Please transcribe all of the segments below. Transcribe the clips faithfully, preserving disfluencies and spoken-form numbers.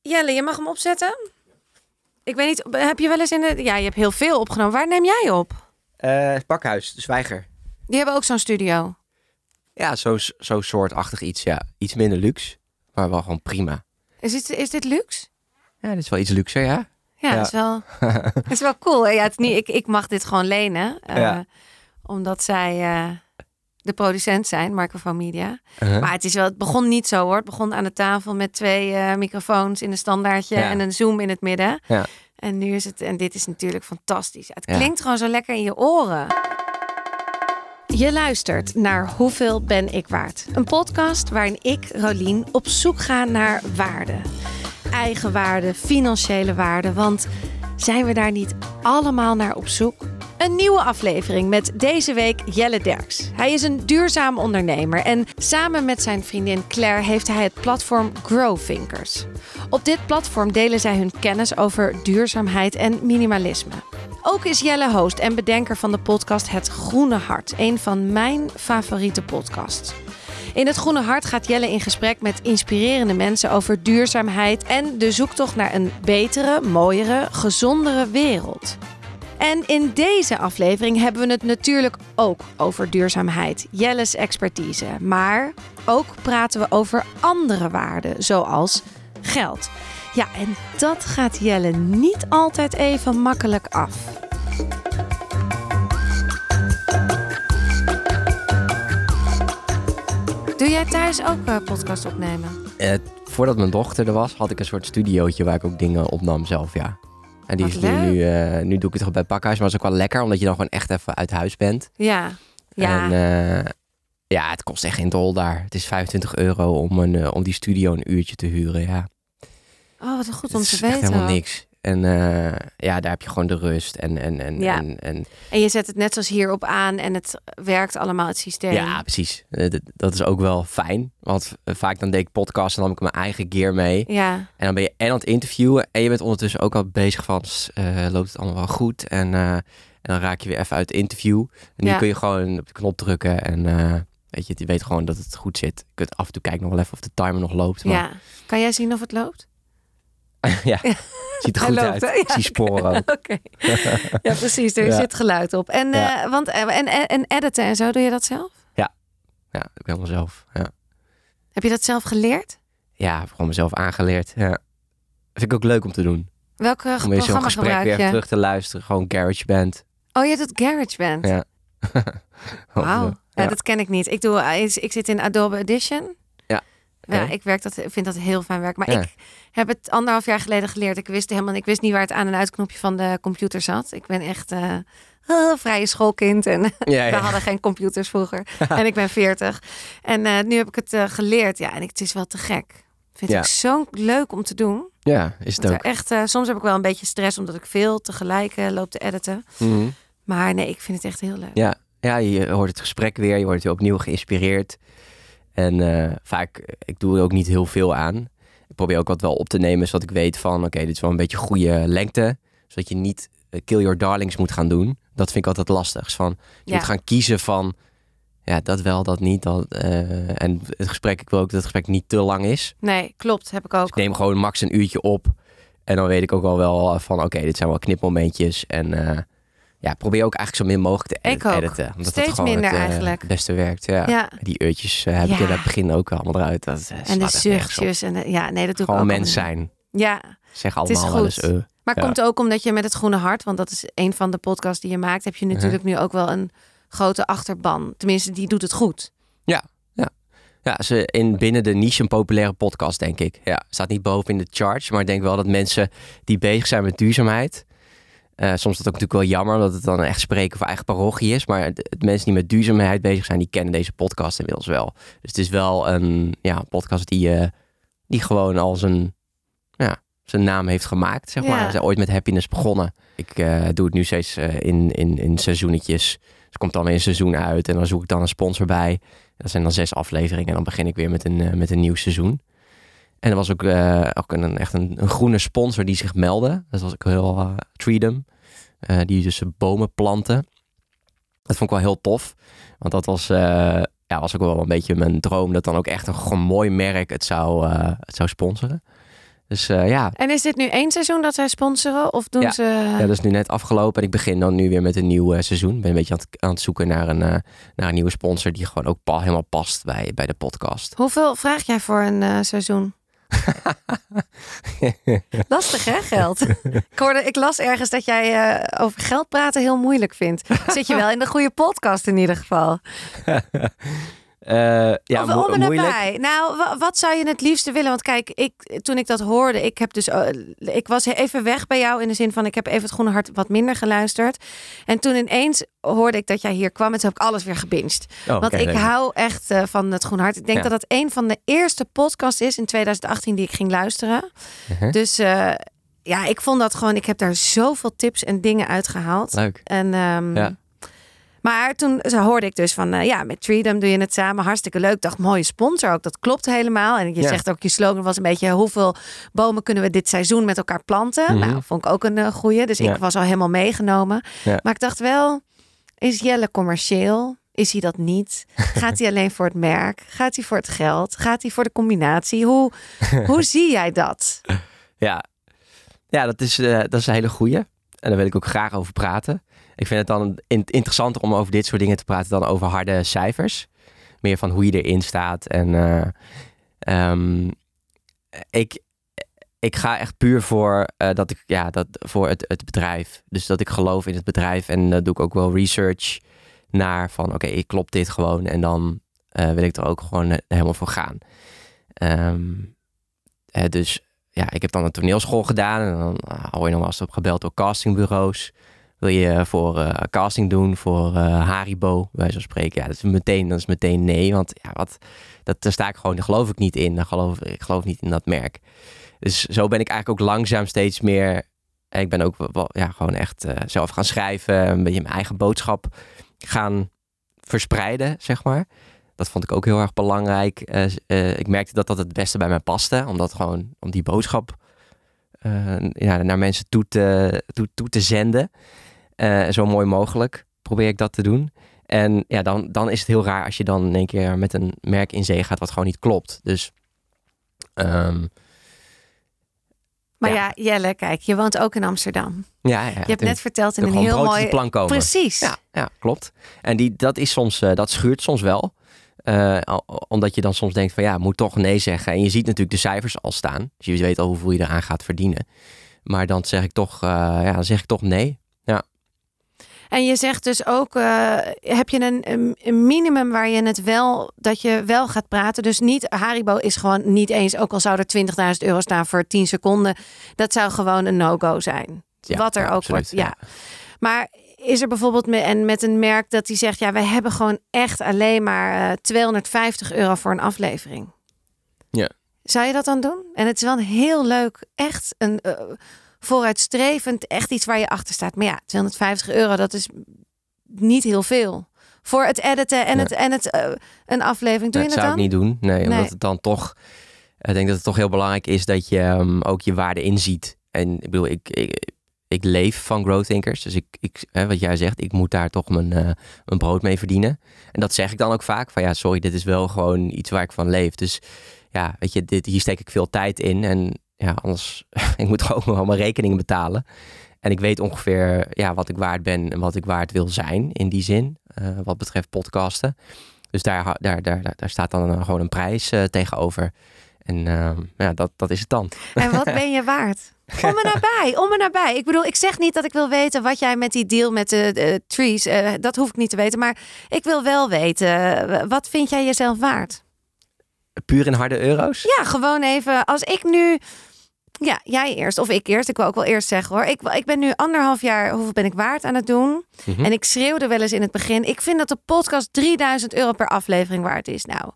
Jelle, je mag hem opzetten. Ik weet niet, heb je wel eens in de... Ja, je hebt heel veel opgenomen. Waar neem jij op? Uh, Pakhuis, de Zwijger. Die hebben ook zo'n studio. Ja, zo, zo soortachtig iets, ja. Iets minder luxe, maar wel gewoon prima. Is dit, is dit luxe? Ja, dit is wel iets luxer, ja. Ja, ja. Dat is wel, dat is wel cool. Ja, het is niet, ik, ik mag dit gewoon lenen. Uh, ja. Omdat zij uh, de producent zijn, Microphone Media. Uh-huh. Maar het, is wel, het begon niet zo hoor. Het begon aan de tafel met twee uh, microfoons in een standaardje ja. en een Zoom in het midden. Ja. En nu is het, en dit is natuurlijk fantastisch. Het klinkt ja. gewoon zo lekker in je oren. Je luistert naar Hoeveel ben ik waard? Een podcast waarin ik, Rolien, op zoek ga naar waarde. Eigen waarde, financiële waarde, want zijn we daar niet allemaal naar op zoek? Een nieuwe aflevering met deze week Jelle Derks. Hij is een duurzaam ondernemer en samen met zijn vriendin Claire heeft hij het platform Growthinkers. Op dit platform delen zij hun kennis over duurzaamheid en minimalisme. Ook is Jelle host en bedenker van de podcast Het Groene Hart, een van mijn favoriete podcasts. In Het Groene Hart gaat Jelle in gesprek met inspirerende mensen over duurzaamheid en de zoektocht naar een betere, mooiere, gezondere wereld. En in deze aflevering hebben we het natuurlijk ook over duurzaamheid, Jelle's expertise. Maar ook praten we over andere waarden, zoals geld. Ja, en dat gaat Jelle niet altijd even makkelijk af. Doe jij thuis ook uh, podcast opnemen? Uh, voordat mijn dochter er was, had ik een soort studiootje waar ik ook dingen opnam zelf, ja. En die Wat is nu, nu, uh, nu doe ik het gewoon bij het pakhuis, maar dat is ook wel lekker, omdat je dan gewoon echt even uit huis bent. Ja, ja. En uh, ja, het kost echt geen dol daar. Het is vijfentwintig euro om, een, uh, om die studio een uurtje te huren, ja. Oh, wat goed het om te is weten. Echt helemaal niks. En uh, ja, daar heb je gewoon de rust. En, en, en, ja. en, en, en je zet het net zoals hierop aan en het werkt allemaal, het systeem. Ja, precies. Dat is ook wel fijn. Want vaak dan deed ik podcast en dan heb ik mijn eigen gear mee. Ja. En dan ben je en aan het interviewen en je bent ondertussen ook al bezig van, uh, loopt het allemaal wel goed? En, uh, en dan raak je weer even uit het interview. En nu ja. kun je gewoon op de knop drukken en uh, weet je, je weet gewoon dat het goed zit. Je kunt af en toe kijken nog wel even of de timer nog loopt. Maar... Ja. Kan jij zien of het loopt? ja. ja. Ziet er goed loopt, uit. Ja. Ik zie sporen ook. Oké. Ja, precies. Er ja. zit geluid op. En, ja. uh, want, en, en editen en zo, doe je dat zelf? Ja. Ja, ik helemaal zelf. Ja. Heb je dat zelf geleerd? Ja, ik heb gewoon mezelf aangeleerd. Ja. Vind ik ook leuk om te doen. Welke om programma zo'n gesprek gebruik weer je? terug te luisteren. Gewoon GarageBand. Oh, je doet GarageBand? Ja. Wauw. Ja. Ja, dat ken ik niet. Ik, doe, ik zit in Adobe Audition. Ja. Ja, ik werk dat, vind dat heel fijn werk. Maar ja. ik heb het anderhalf jaar geleden geleerd. Ik wist helemaal, ik wist niet waar het aan- en uitknopje van de computer zat. Ik ben echt uh, uh, vrije schoolkind en ja, ja. we hadden geen computers vroeger. En ik ben veertig. En uh, nu heb ik het uh, geleerd. Ja, en het is wel te gek. Vind ja. ik zo leuk om te doen. Ja, is het ook. Echt, uh, soms heb ik wel een beetje stress omdat ik veel tegelijk uh, loop te editen. Mm-hmm. Maar nee, ik vind het echt heel leuk. Ja. ja, je hoort het gesprek weer. Je wordt weer opnieuw geïnspireerd. En uh, vaak, ik doe er ook niet heel veel aan. Ik probeer ook wat wel op te nemen, zodat ik weet van, oké, okay, dit is wel een beetje goede lengte. Zodat je niet uh, kill your darlings moet gaan doen. Dat vind ik altijd lastig. Van, je ja. moet gaan kiezen van, ja, dat wel, dat niet. Dat, uh, en het gesprek, ik wil ook dat het gesprek niet te lang is. Nee, klopt, heb ik ook. Dus ik neem gewoon max een uurtje op. En dan weet ik ook al wel van, oké, okay, dit zijn wel knipmomentjes. En uh, ja, probeer ook eigenlijk zo min mogelijk te edit- ik ook. editen. Omdat Steeds dat gewoon minder het uh, eigenlijk. beste werkt. Ja. Ja. Die uurtjes uh, heb ja. ik in het begin ook allemaal eruit. Dat, uh, en de zuchtjes. En de, ja, nee, dat doe gewoon ik ook mens zijn. Ja. Zeg allemaal wel eens. Uh, maar ja. komt ook omdat je met Het Groene Hart, want dat is een van de podcasts die je maakt, heb je natuurlijk uh-huh. nu ook wel een grote achterban. Tenminste, die doet het goed. Ja, ja. Ja, ze in binnen de niche een populaire podcast, denk ik. Ja, staat niet boven in de charts, maar ik denk wel dat mensen die bezig zijn met duurzaamheid, Uh, soms is dat ook natuurlijk wel jammer, omdat het dan echt spreken voor eigen parochie is. Maar de, de mensen die met duurzaamheid bezig zijn, die kennen deze podcast inmiddels wel. Dus het is wel een ja, podcast die, uh, die gewoon al zijn, ja, zijn naam heeft gemaakt, zeg maar. Ja. Ze zijn ooit met Happiness begonnen. Ik uh, doe het nu steeds uh, in, in, in seizoenetjes. Dus er komt dan weer een seizoen uit en dan zoek ik dan een sponsor bij. Dat zijn dan zes afleveringen en dan begin ik weer met een, uh, met een nieuw seizoen. En er was ook, uh, ook een, echt een, een groene sponsor die zich meldde. Dat was ook heel uh, Treedom. Uh, die dus bomen planten. Dat vond ik wel heel tof. Want dat was, uh, ja, was ook wel een beetje mijn droom. Dat dan ook echt een, een mooi merk het zou, uh, het zou sponsoren. Dus uh, ja. En is dit nu één seizoen dat zij sponsoren? Of doen ja. ze... Ja, dat is nu net afgelopen. En ik begin dan nu weer met een nieuw uh, seizoen. Ik ben een beetje aan het, aan het zoeken naar een, uh, naar een nieuwe sponsor... die gewoon ook pa- helemaal past bij, bij de podcast. Hoeveel vraag jij voor een uh, seizoen? Lastig hè, geld? ik, hoorde, ik las ergens dat jij uh, over geld praten heel moeilijk vindt. Zit je wel in de goede podcast in ieder geval. Uh, ja, of mo- om en moeilijk. nabij. Nou, w- wat zou je het liefste willen? Want kijk, ik, toen ik dat hoorde, ik heb dus, uh, ik was even weg bij jou in de zin van, ik heb even het Groene Hart wat minder geluisterd. En toen ineens hoorde ik dat jij hier kwam en toen heb ik alles weer gebinged. Oh, Want okay, ik nee. hou echt uh, van het Groene Hart. Ik denk ja. dat dat een van de eerste podcasts is in twintig achttien die ik ging luisteren. Uh-huh. Dus uh, ja, ik vond dat gewoon, ik heb daar zoveel tips en dingen uitgehaald. Leuk. En um, ja. Maar toen hoorde ik dus van, uh, ja, met Treedom doe je het samen. Hartstikke leuk. Dacht, mooie sponsor ook. Dat klopt helemaal. En je ja. zegt ook, je slogan was een beetje, hoeveel bomen kunnen we dit seizoen met elkaar planten? Mm-hmm. Nou, vond ik ook een uh, goeie. Dus ja. ik was al helemaal meegenomen. Ja. Maar ik dacht wel, is Jelle commercieel? Is hij dat niet? Gaat hij alleen voor het merk? Gaat hij voor het geld? Gaat hij voor de combinatie? Hoe, hoe zie jij dat? Ja, ja dat, is, uh, dat is een hele goeie. En daar wil ik ook graag over praten. Ik vind het dan interessanter om over dit soort dingen te praten dan over harde cijfers. Meer van hoe je erin staat. En uh, um, ik, ik ga echt puur voor, uh, dat ik, ja, dat, voor het, het bedrijf. Dus dat ik geloof in het bedrijf. En uh, doe ik ook wel research naar van oké, okay, ik klop dit gewoon. En dan uh, wil ik er ook gewoon uh, helemaal voor gaan. Um, uh, dus ja, ik heb dan een toneelschool gedaan. En dan uh, word je nog wel eens opgebeld door castingbureaus. Wil je voor uh, casting doen voor uh, Haribo, bij wijze van spreken? Ja, dat is meteen, dat is meteen nee. Want ja, wat, dat, daar sta ik gewoon, daar geloof ik niet in. Daar geloof, ik geloof niet in dat merk. Dus zo ben ik eigenlijk ook langzaam steeds meer... Ik ben ook wel, ja, gewoon echt uh, zelf gaan schrijven. Een beetje mijn eigen boodschap gaan verspreiden, zeg maar. Dat vond ik ook heel erg belangrijk. Uh, uh, ik merkte dat dat het beste bij mij paste. Omdat gewoon, om die boodschap uh, ja, naar mensen toe te, toe, toe te zenden. Uh, zo mooi mogelijk probeer ik dat te doen. En ja, dan, dan is het heel raar als je dan in één keer met een merk in zee gaat wat gewoon niet klopt. Dus... Um, maar ja. ja, Jelle, kijk, je woont ook in Amsterdam. Ja, ja, je hebt net verteld in een heel mooi... op de plank komen. Precies. Ja, ja, klopt. En die, dat is soms, uh, dat schuurt soms wel. Uh, omdat je dan soms denkt van ja, moet toch nee zeggen. En je ziet natuurlijk de cijfers al staan. Dus je weet al hoeveel je eraan gaat verdienen. Maar dan zeg ik toch, uh, ja, dan zeg ik toch nee. Ja. En je zegt dus ook, uh, heb je een, een minimum waar je het wel, dat je wel gaat praten. Dus niet, Haribo is gewoon niet eens, ook al zou er twintigduizend euro staan voor tien seconden. Dat zou gewoon een no-go zijn. Ja, Wat er ja, ook absoluut, wordt. Ja. ja. Maar is er bijvoorbeeld met, en met een merk dat die zegt, ja, wij hebben gewoon echt alleen maar uh, tweehonderdvijftig euro voor een aflevering. Ja. Zou je dat dan doen? En het is wel een heel leuk, echt een... Uh, vooruitstrevend, echt iets waar je achter staat. Maar ja, tweehonderdvijftig euro, dat is niet heel veel. Voor het editen en ja. het, en het uh, een aflevering. Doe nee, je het dan? Dat zou ik niet doen. Nee, nee, omdat het dan toch... Ik denk dat het toch heel belangrijk is dat je um, ook je waarde inziet. En ik bedoel, ik, ik, ik leef van Growth Thinkers. Dus ik, ik, hè, wat jij zegt, ik moet daar toch mijn, uh, mijn brood mee verdienen. En dat zeg ik dan ook vaak. Van ja, sorry, dit is wel gewoon iets waar ik van leef. Dus ja, weet je, dit, hier steek ik veel tijd in. En ja, anders, ik moet gewoon wel mijn rekeningen betalen. En ik weet ongeveer ja, wat ik waard ben en wat ik waard wil zijn in die zin. Uh, wat betreft podcasten. Dus daar, daar, daar, daar staat dan gewoon een prijs uh, tegenover. En uh, ja, dat, dat is het dan. En wat ben je waard? Om en nabij, om en nabij. Ik bedoel, ik zeg niet dat ik wil weten wat jij met die deal met de, de trees... Uh, dat hoef ik niet te weten. Maar ik wil wel weten, uh, wat vind jij jezelf waard? Puur in harde euro's? Ja, gewoon even. Als ik nu... Ja, jij eerst. Of ik eerst. Ik wil ook wel eerst zeggen hoor. Ik, ik ben nu anderhalf jaar, hoeveel ben ik waard aan het doen? Mm-hmm. En ik schreeuwde wel eens in het begin. Ik vind dat de podcast drieduizend euro per aflevering waard is. Nou,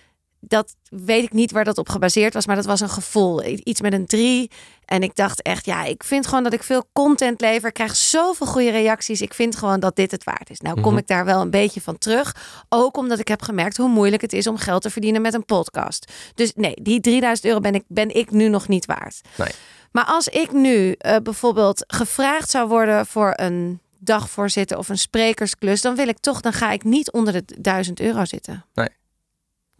dat weet ik niet waar dat op gebaseerd was. Maar dat was een gevoel. Iets met een drie. En ik dacht echt, ja, ik vind gewoon dat ik veel content lever. Ik krijg zoveel goede reacties. Ik vind gewoon dat dit het waard is. Nou, kom mm-hmm. ik daar wel een beetje van terug. Ook omdat ik heb gemerkt hoe moeilijk het is om geld te verdienen met een podcast. Dus nee, die drieduizend euro ben ik, ben ik nu nog niet waard. Nee. Maar als ik nu uh, bijvoorbeeld gevraagd zou worden voor een dagvoorzitter of een sprekersklus, dan wil ik toch, dan ga ik niet onder de duizend euro zitten. Nee.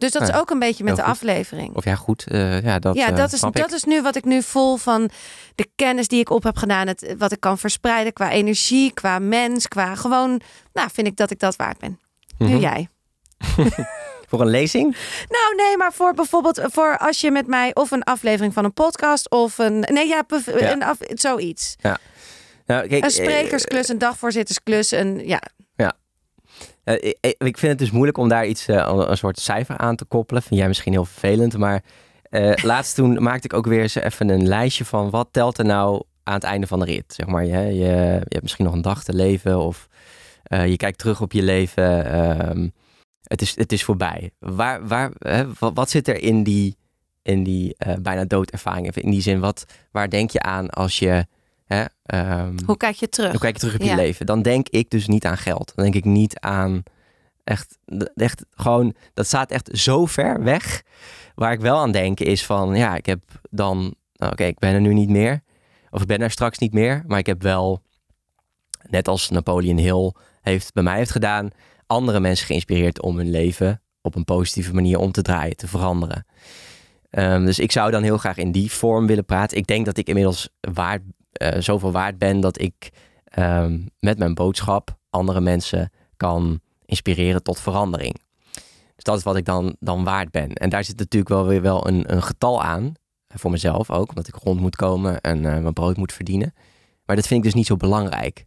Dus dat ja. is ook een beetje met Heel de goed. aflevering. Of ja, goed. Uh, ja, dat, ja, dat, uh, is, dat is nu wat ik nu voel van de kennis die ik op heb gedaan. Het, wat ik kan verspreiden qua energie, qua mens, qua gewoon... Nou, vind ik dat ik dat waard ben. Mm-hmm. Nu jij. Voor een lezing? Nou, nee, maar voor bijvoorbeeld voor als je met mij of een aflevering van een podcast of een... Nee, ja, bev- ja. Een af, zoiets. Ja. Nou, kijk, een sprekersklus, een dagvoorzittersklus, een... Ja. Ja. Uh, ik, ik vind het dus moeilijk om daar iets, uh, een soort cijfer aan te koppelen. Vind jij misschien heel vervelend, maar uh, laatst toen maakte ik ook weer eens even een lijstje van wat telt er nou aan het einde van de rit. Zeg maar, je, je, je hebt misschien nog een dag te leven of uh, je kijkt terug op je leven. Uh, het, is, het is voorbij. Waar, waar, hè, wat, wat zit er in die, in die uh, bijna doodervaring? In die zin, wat, waar denk je aan als je... Hè, um, hoe kijk je terug? Hoe kijk je terug op ja. je leven? Dan denk ik dus niet aan geld. Dan denk ik niet aan echt, echt gewoon, dat staat echt zo ver weg. Waar ik wel aan denk is van, ja, ik heb dan, nou, oké, okay, ik ben er nu niet meer. Of ik ben er straks niet meer. Maar ik heb wel, net als Napoleon Hill heeft bij mij heeft gedaan, andere mensen geïnspireerd om hun leven op een positieve manier om te draaien, te veranderen. Um, dus ik zou dan heel graag in die vorm willen praten. Ik denk dat ik inmiddels waard Uh, zoveel waard ben dat ik um, met mijn boodschap andere mensen kan inspireren tot verandering. Dus dat is wat ik dan, dan waard ben. En daar zit natuurlijk wel weer wel een, een getal aan. Voor mezelf ook, omdat ik rond moet komen en uh, mijn brood moet verdienen. Maar dat vind ik dus niet zo belangrijk.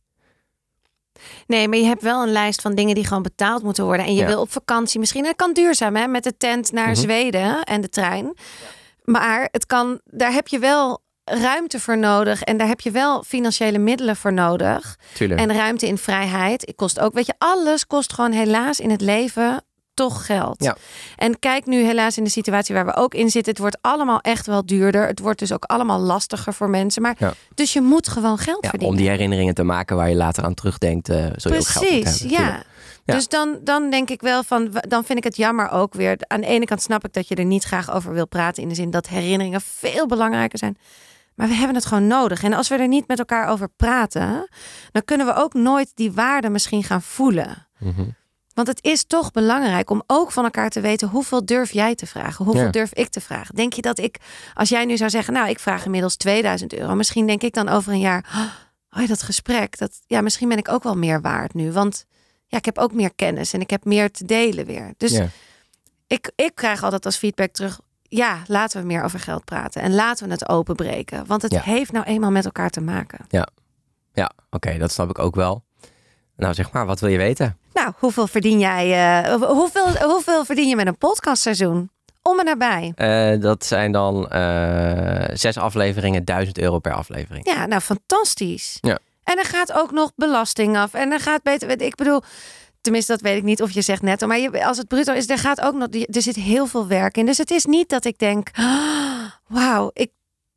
Nee, maar je hebt wel een lijst van dingen die gewoon betaald moeten worden. En je ja. wil op vakantie misschien. En dat kan duurzaam, hè? Met de tent naar mm-hmm. Zweden en de trein. Ja. Maar het kan, daar heb je wel ruimte voor nodig. En daar heb je wel financiële middelen voor nodig. Tuurlijk. En ruimte in vrijheid. Het kost ook, weet je, alles kost gewoon helaas in het leven toch geld. Ja. En kijk nu helaas in de situatie waar we ook in zitten. Het wordt allemaal echt wel duurder. Het wordt dus ook allemaal lastiger voor mensen. Maar ja. Dus je moet gewoon geld ja, verdienen. Om die herinneringen te maken waar je later aan terugdenkt. Uh, zul je Precies, ook geld moeten hebben. Ja. Ja. Dus dan, dan denk ik wel van, dan vind ik het jammer ook weer. Aan de ene kant snap ik dat je er niet graag over wil praten. In de zin dat herinneringen veel belangrijker zijn. Maar we hebben het gewoon nodig. En als we er niet met elkaar over praten, dan kunnen we ook nooit die waarde misschien gaan voelen. Mm-hmm. Want het is toch belangrijk om ook van elkaar te weten, hoeveel durf jij te vragen? Hoeveel ja. durf ik te vragen? Denk je dat ik, als jij nu zou zeggen, nou, ik vraag inmiddels tweeduizend euro. Misschien denk ik dan over een jaar, oh, dat gesprek, dat, ja, misschien ben ik ook wel meer waard nu. Want ja, ik heb ook meer kennis en ik heb meer te delen weer. Dus ja. ik, ik krijg altijd als feedback terug, ja, laten we meer over geld praten. En laten we het openbreken. Want het ja. heeft nou eenmaal met elkaar te maken. Ja, ja oké, okay, dat snap ik ook wel. Nou, zeg maar, wat wil je weten? Nou, hoeveel verdien jij? Uh, hoeveel, hoeveel verdien je met een podcastseizoen? Om en nabij. Uh, dat zijn dan uh, zes afleveringen, duizend euro per aflevering. Ja, nou, fantastisch. Ja. En er gaat ook nog belasting af. En er gaat beter, ik bedoel, tenminste, dat weet ik niet of je zegt netto. Maar je, als het bruto is, er gaat ook nog, er zit heel veel werk in. Dus het is niet dat ik denk, oh, wauw, ik,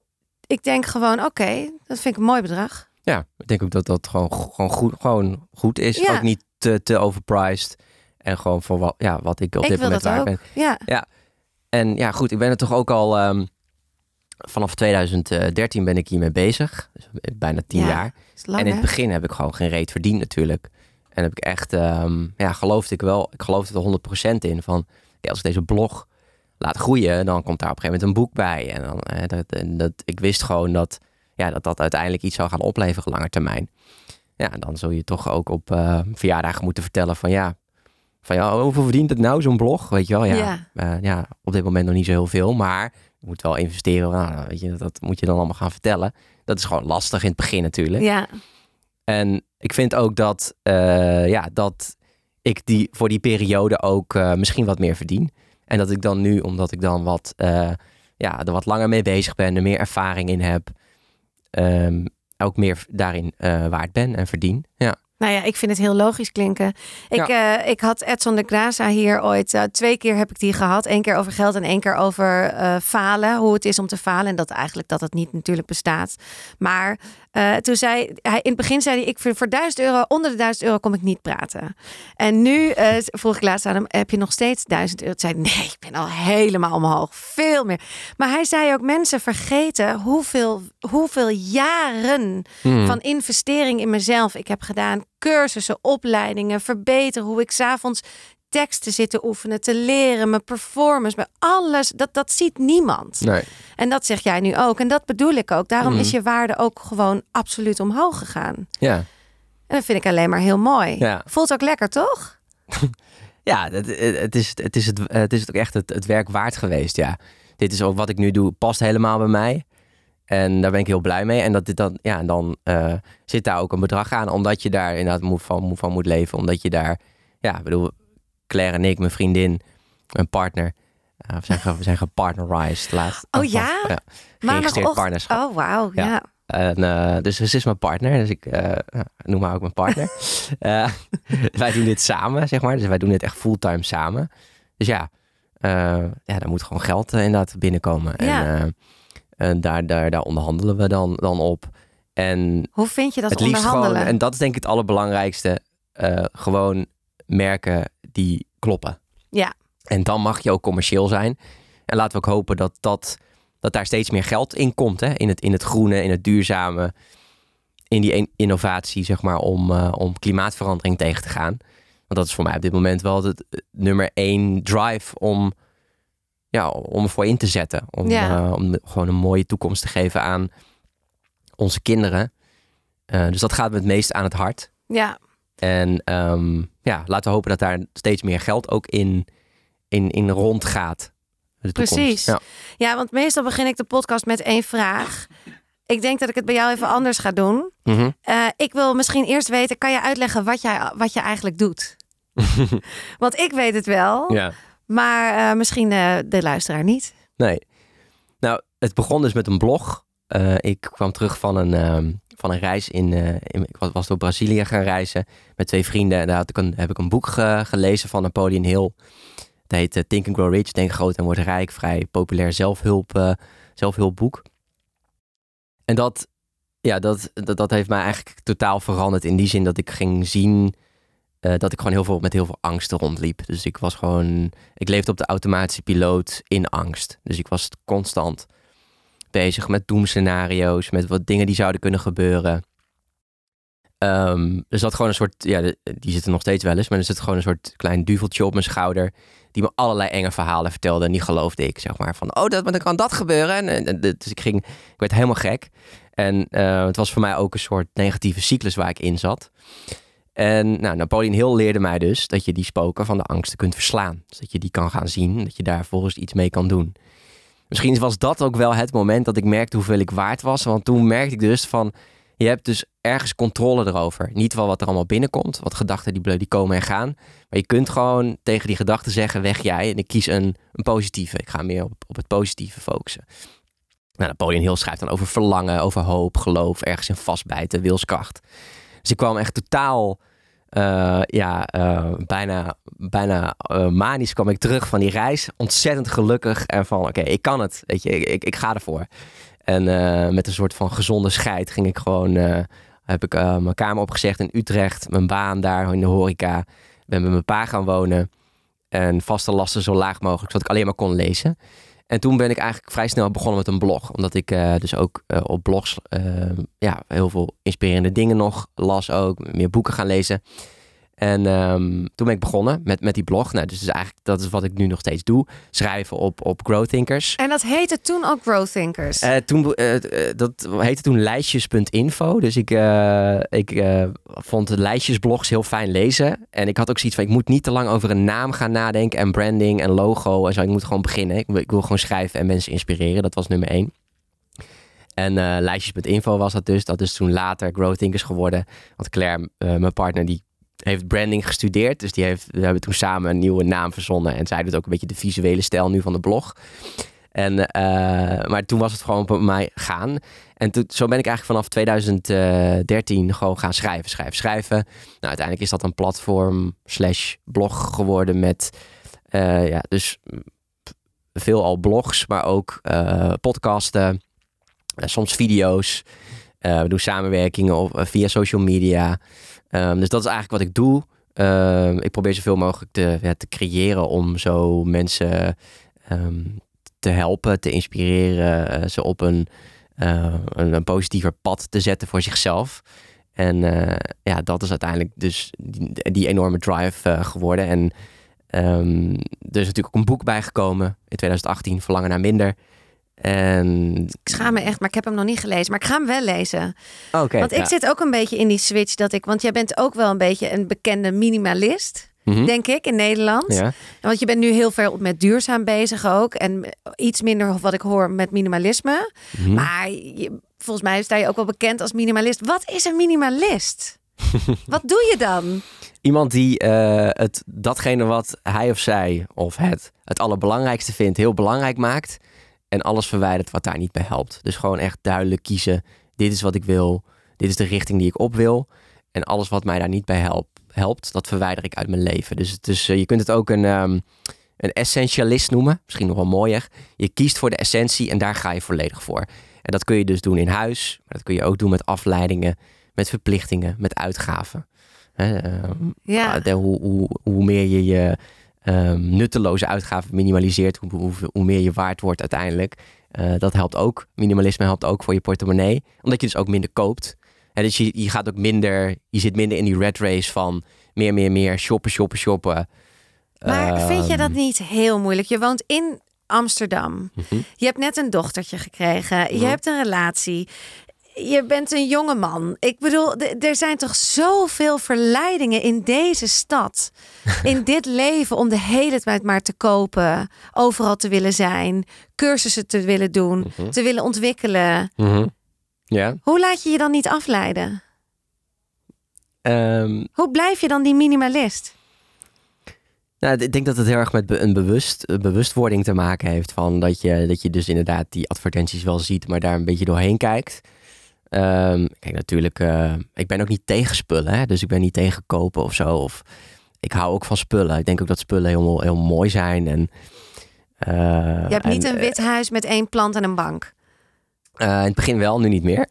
ik denk gewoon, oké, okay, dat vind ik een mooi bedrag. Ja, ik denk ook dat dat gewoon, gewoon, goed, gewoon goed is. Ja. Ook niet te, te overpriced. En gewoon voor wat, ja, wat ik op ik dit moment waard ben. Ja. ja. En ja, goed, ik ben er toch ook al... Um, vanaf twintig dertien ben ik hiermee bezig. Dus bijna tien ja, jaar. Lang, en in het hè? begin heb ik gewoon geen reet verdiend natuurlijk. En heb ik echt... Um, ja, geloofde ik wel... Ik geloofde er honderd procent in van... Ja, als ik deze blog laat groeien... dan komt daar op een gegeven moment een boek bij. En dan, eh, dat, dat, ik wist gewoon dat... Ja, dat dat uiteindelijk iets zou gaan opleveren langer termijn. Ja, dan zul je toch ook op uh, verjaardagen moeten vertellen van ja, van ja, hoeveel verdient het nou zo'n blog? Weet je wel, ja, ja. Uh, ja, op dit moment nog niet zo heel veel, maar je moet wel investeren. Nou, weet je, dat moet je dan allemaal gaan vertellen. Dat is gewoon lastig in het begin natuurlijk. Ja. En ik vind ook dat, uh, ja, dat ik die voor die periode ook uh, misschien wat meer verdien. En dat ik dan nu, omdat ik dan wat, uh, ja, er wat langer mee bezig ben, er meer ervaring in heb. Um, ook meer daarin uh, waard ben en verdien. Ja. Nou ja, ik vind het heel logisch klinken. Ik, ja. uh, ik had Edson de Graza hier ooit. Uh, twee keer heb ik die gehad. Eén keer over geld en één keer over uh, falen. Hoe het is om te falen. En dat eigenlijk dat het niet natuurlijk bestaat. Maar uh, toen zei hij, in het begin zei hij, ik voor, voor duizend euro, onder de duizend euro kom ik niet praten. En nu uh, vroeg ik laatst aan hem, heb je nog steeds duizend euro? Toen zei hij, nee, ik ben al helemaal omhoog. Veel meer. Maar hij zei ook, mensen vergeten hoeveel, hoeveel jaren hmm. van investering in mezelf ik heb gedaan. Cursussen, opleidingen, verbeteren. Hoe ik 's avonds teksten zitten oefenen, te leren, mijn performance, bij alles. Dat, dat ziet niemand. Nee. En dat zeg jij nu ook. En dat bedoel ik ook. Daarom mm. is je waarde ook gewoon absoluut omhoog gegaan. Ja. En dat vind ik alleen maar heel mooi. Ja. Voelt ook lekker, toch? Ja, het, het, is, het, is het, het is ook echt het, het werk waard geweest, ja. Dit is ook wat ik nu doe, past helemaal bij mij. En daar ben ik heel blij mee. En dat dit dan, ja, dan uh, zit daar ook een bedrag aan, omdat je daar inderdaad moet van, moet van moet leven. Omdat je daar, ja, ik bedoel, Claire en ik, mijn vriendin, mijn partner, uh, we zijn, ge, we zijn gepartnerized laatst. Oh ja? ja geregistreerd partnerschap. Oh, wauw, ja. ja. En, uh, dus ze is mijn partner, dus ik uh, noem haar ook mijn partner. uh, wij doen dit samen, zeg maar. Dus wij doen dit echt fulltime samen. Dus ja, uh, ja daar moet gewoon geld uh, inderdaad binnenkomen. Ja. En uh, uh, daar, daar, daar onderhandelen we dan, dan op. En hoe vind je dat het liefst onderhandelen? Gewoon, en dat is denk ik het allerbelangrijkste. Uh, gewoon merken die kloppen. Ja. En dan mag je ook commercieel zijn. En laten we ook hopen dat dat... dat daar steeds meer geld in komt. Hè? In, het, in het groene, in het duurzame. In die innovatie, zeg maar, om, uh, om klimaatverandering tegen te gaan. Want dat is voor mij op dit moment wel het, het nummer één drive om, ja, om ervoor in te zetten. Om, ja. uh, om gewoon een mooie toekomst te geven aan onze kinderen. Uh, dus dat gaat me het meest aan het hart. Ja. En um, ja, laten we hopen dat daar steeds meer geld ook in, in, in rondgaat. Precies. Ja. ja, want meestal begin ik de podcast met één vraag. Ik denk dat ik het bij jou even anders ga doen. Mm-hmm. Uh, ik wil misschien eerst weten, kan je uitleggen wat jij, wat je eigenlijk doet? Want ik weet het wel, ja. maar uh, misschien uh, de luisteraar niet. Nee. Nou, het begon dus met een blog. Uh, ik kwam terug van een, uh, van een reis in, uh, in... Ik was, was door Brazilië gaan reizen met twee vrienden. En daar had ik een, heb ik een boek ge, gelezen van Napoleon Hill. Het heet uh, Think and Grow Rich, Denk groot en word rijk. Vrij populair zelfhulp, uh, zelfhulpboek. En dat, ja, dat, dat, dat heeft mij eigenlijk totaal veranderd. In die zin dat ik ging zien uh, dat ik gewoon heel veel met heel veel angsten rondliep. Dus ik was gewoon... Ik leefde op de automatische piloot in angst. Dus ik was constant bezig met doemscenario's. Met wat dingen die zouden kunnen gebeuren. Um, dus dat gewoon een soort, ja, die zitten nog steeds wel eens, maar er zit gewoon een soort klein duveltje op mijn schouder die me allerlei enge verhalen vertelde en die geloofde ik, zeg maar, van, oh, dat, dan kan dat gebeuren. En, en, dus ik ging, ik werd helemaal gek. En uh, het was voor mij ook een soort negatieve cyclus waar ik in zat. En nou, Napoleon Hill leerde mij dus dat je die spoken van de angsten kunt verslaan. Dus dat je die kan gaan zien, dat je daar volgens iets mee kan doen. Misschien was dat ook wel het moment dat ik merkte hoeveel ik waard was, want toen merkte ik dus van, je hebt dus ergens controle erover. Niet wel wat er allemaal binnenkomt. Wat gedachten die, die komen en gaan. Maar je kunt gewoon tegen die gedachten zeggen, weg jij. En ik kies een, een positieve. Ik ga meer op, op het positieve focussen. Nou, Napoleon Hill schrijft dan over verlangen, over hoop, geloof, ergens in vastbijten, wilskracht. Dus ik kwam echt totaal, uh, ja, uh, bijna, bijna uh, manisch kwam ik terug van die reis. Ontzettend gelukkig en van, oké, okay, ik kan het. Weet je, ik, ik, ik ga ervoor. En uh, met een soort van gezonde scheid ging ik gewoon, uh, heb ik uh, mijn kamer opgezegd in Utrecht, mijn baan daar in de horeca. Ben met mijn pa gaan wonen en vaste lasten zo laag mogelijk, zodat ik alleen maar kon lezen. En toen ben ik eigenlijk vrij snel begonnen met een blog, omdat ik uh, dus ook uh, op blogs uh, ja, heel veel inspirerende dingen nog las ook, meer boeken gaan lezen. En um, toen ben ik begonnen met, met die blog. Nou, dus, dus eigenlijk dat is wat ik nu nog steeds doe. Schrijven op, op Growthinkers. En dat heette toen ook Growthinkers? Uh, toen, uh, uh, dat heette toen lijstjes punt info. Dus ik, uh, ik uh, vond de lijstjesblogs heel fijn lezen. En ik had ook zoiets van, ik moet niet te lang over een naam gaan nadenken. En branding en logo en zo. Ik moet gewoon beginnen. Ik, ik wil gewoon schrijven en mensen inspireren. Dat was nummer één. En uh, lijstjes punt info was dat dus. Dat is toen later Growthinkers geworden. Want Claire, uh, mijn partner, die heeft branding gestudeerd. Dus die heeft, we hebben toen samen een nieuwe naam verzonnen. En zij doet ook een beetje de visuele stijl nu van de blog. En, uh, maar toen was het gewoon op mij gaan. En toen, zo ben ik eigenlijk vanaf twintig dertien gewoon gaan schrijven, schrijven, schrijven. Nou, uiteindelijk is dat een platform slash blog geworden met uh, ja, dus veel al blogs, maar ook uh, podcasten, uh, soms video's. Uh, we doen samenwerkingen op, uh, via social media. Um, dus dat is eigenlijk wat ik doe. Uh, ik probeer zoveel mogelijk te, ja, te creëren om zo mensen um, te helpen, te inspireren, uh, ze op een, uh, een, een positiever pad te zetten voor zichzelf. En uh, ja, dat is uiteindelijk dus die, die enorme drive uh, geworden. En um, er is natuurlijk ook een boek bijgekomen in twintig achttien, Verlangen naar minder. En... Ik schaam me echt, maar ik heb hem nog niet gelezen. Maar ik ga hem wel lezen. Okay, want ik ja. zit ook een beetje in die switch dat ik... Want jij bent ook wel een beetje een bekende minimalist, mm-hmm. denk ik, in Nederland. Ja. Want je bent nu heel veel met duurzaam bezig ook. En iets minder, wat ik hoor, met minimalisme. Mm-hmm. Maar je, volgens mij sta je ook wel bekend als minimalist. Wat is een minimalist? Wat doe je dan? Iemand die uh, het, datgene wat hij of zij of het het allerbelangrijkste vindt, heel belangrijk maakt. En alles verwijdert wat daar niet bij helpt. Dus gewoon echt duidelijk kiezen. Dit is wat ik wil. Dit is de richting die ik op wil. En alles wat mij daar niet bij helpt, helpt dat verwijder ik uit mijn leven. Dus het is, uh, je kunt het ook een, um, een essentialist noemen. Misschien nog wel mooier. Je kiest voor de essentie en daar ga je volledig voor. En dat kun je dus doen in huis. Maar dat kun je ook doen met afleidingen, met verplichtingen, met uitgaven. He, um, ja. de, hoe, hoe, hoe meer je je um, nutteloze uitgaven minimaliseert, hoe, hoe, hoe meer je waard wordt uiteindelijk. Uh, dat helpt ook. Minimalisme helpt ook voor je portemonnee. Omdat je dus ook minder koopt. En dus je, je gaat ook minder, je zit minder in die rat race van meer, meer, meer, shoppen, shoppen, shoppen. Maar um, vind je dat niet heel moeilijk? Je woont in Amsterdam. Mm-hmm. Je hebt net een dochtertje gekregen. Mm-hmm. Je hebt een relatie. Je bent een jonge man. Ik bedoel, d- er zijn toch zoveel verleidingen in deze stad. In dit leven om de hele tijd maar te kopen. Overal te willen zijn. Cursussen te willen doen. Mm-hmm. Te willen ontwikkelen. Mm-hmm. Yeah. Hoe laat je je dan niet afleiden? Um, Hoe blijf je dan die minimalist? Nou, ik denk dat het heel erg met een bewust, bewustwording te maken heeft. Van dat je, dat je dus inderdaad die advertenties wel ziet, maar daar een beetje doorheen kijkt. Um, kijk, natuurlijk, uh, ik ben ook niet tegen spullen. Hè? Dus ik ben niet tegen kopen of zo. Of, ik hou ook van spullen. Ik denk ook dat spullen heel, heel mooi zijn. En, uh, je hebt niet en, een wit huis met één plant en een bank. Uh, in het begin wel, nu niet meer.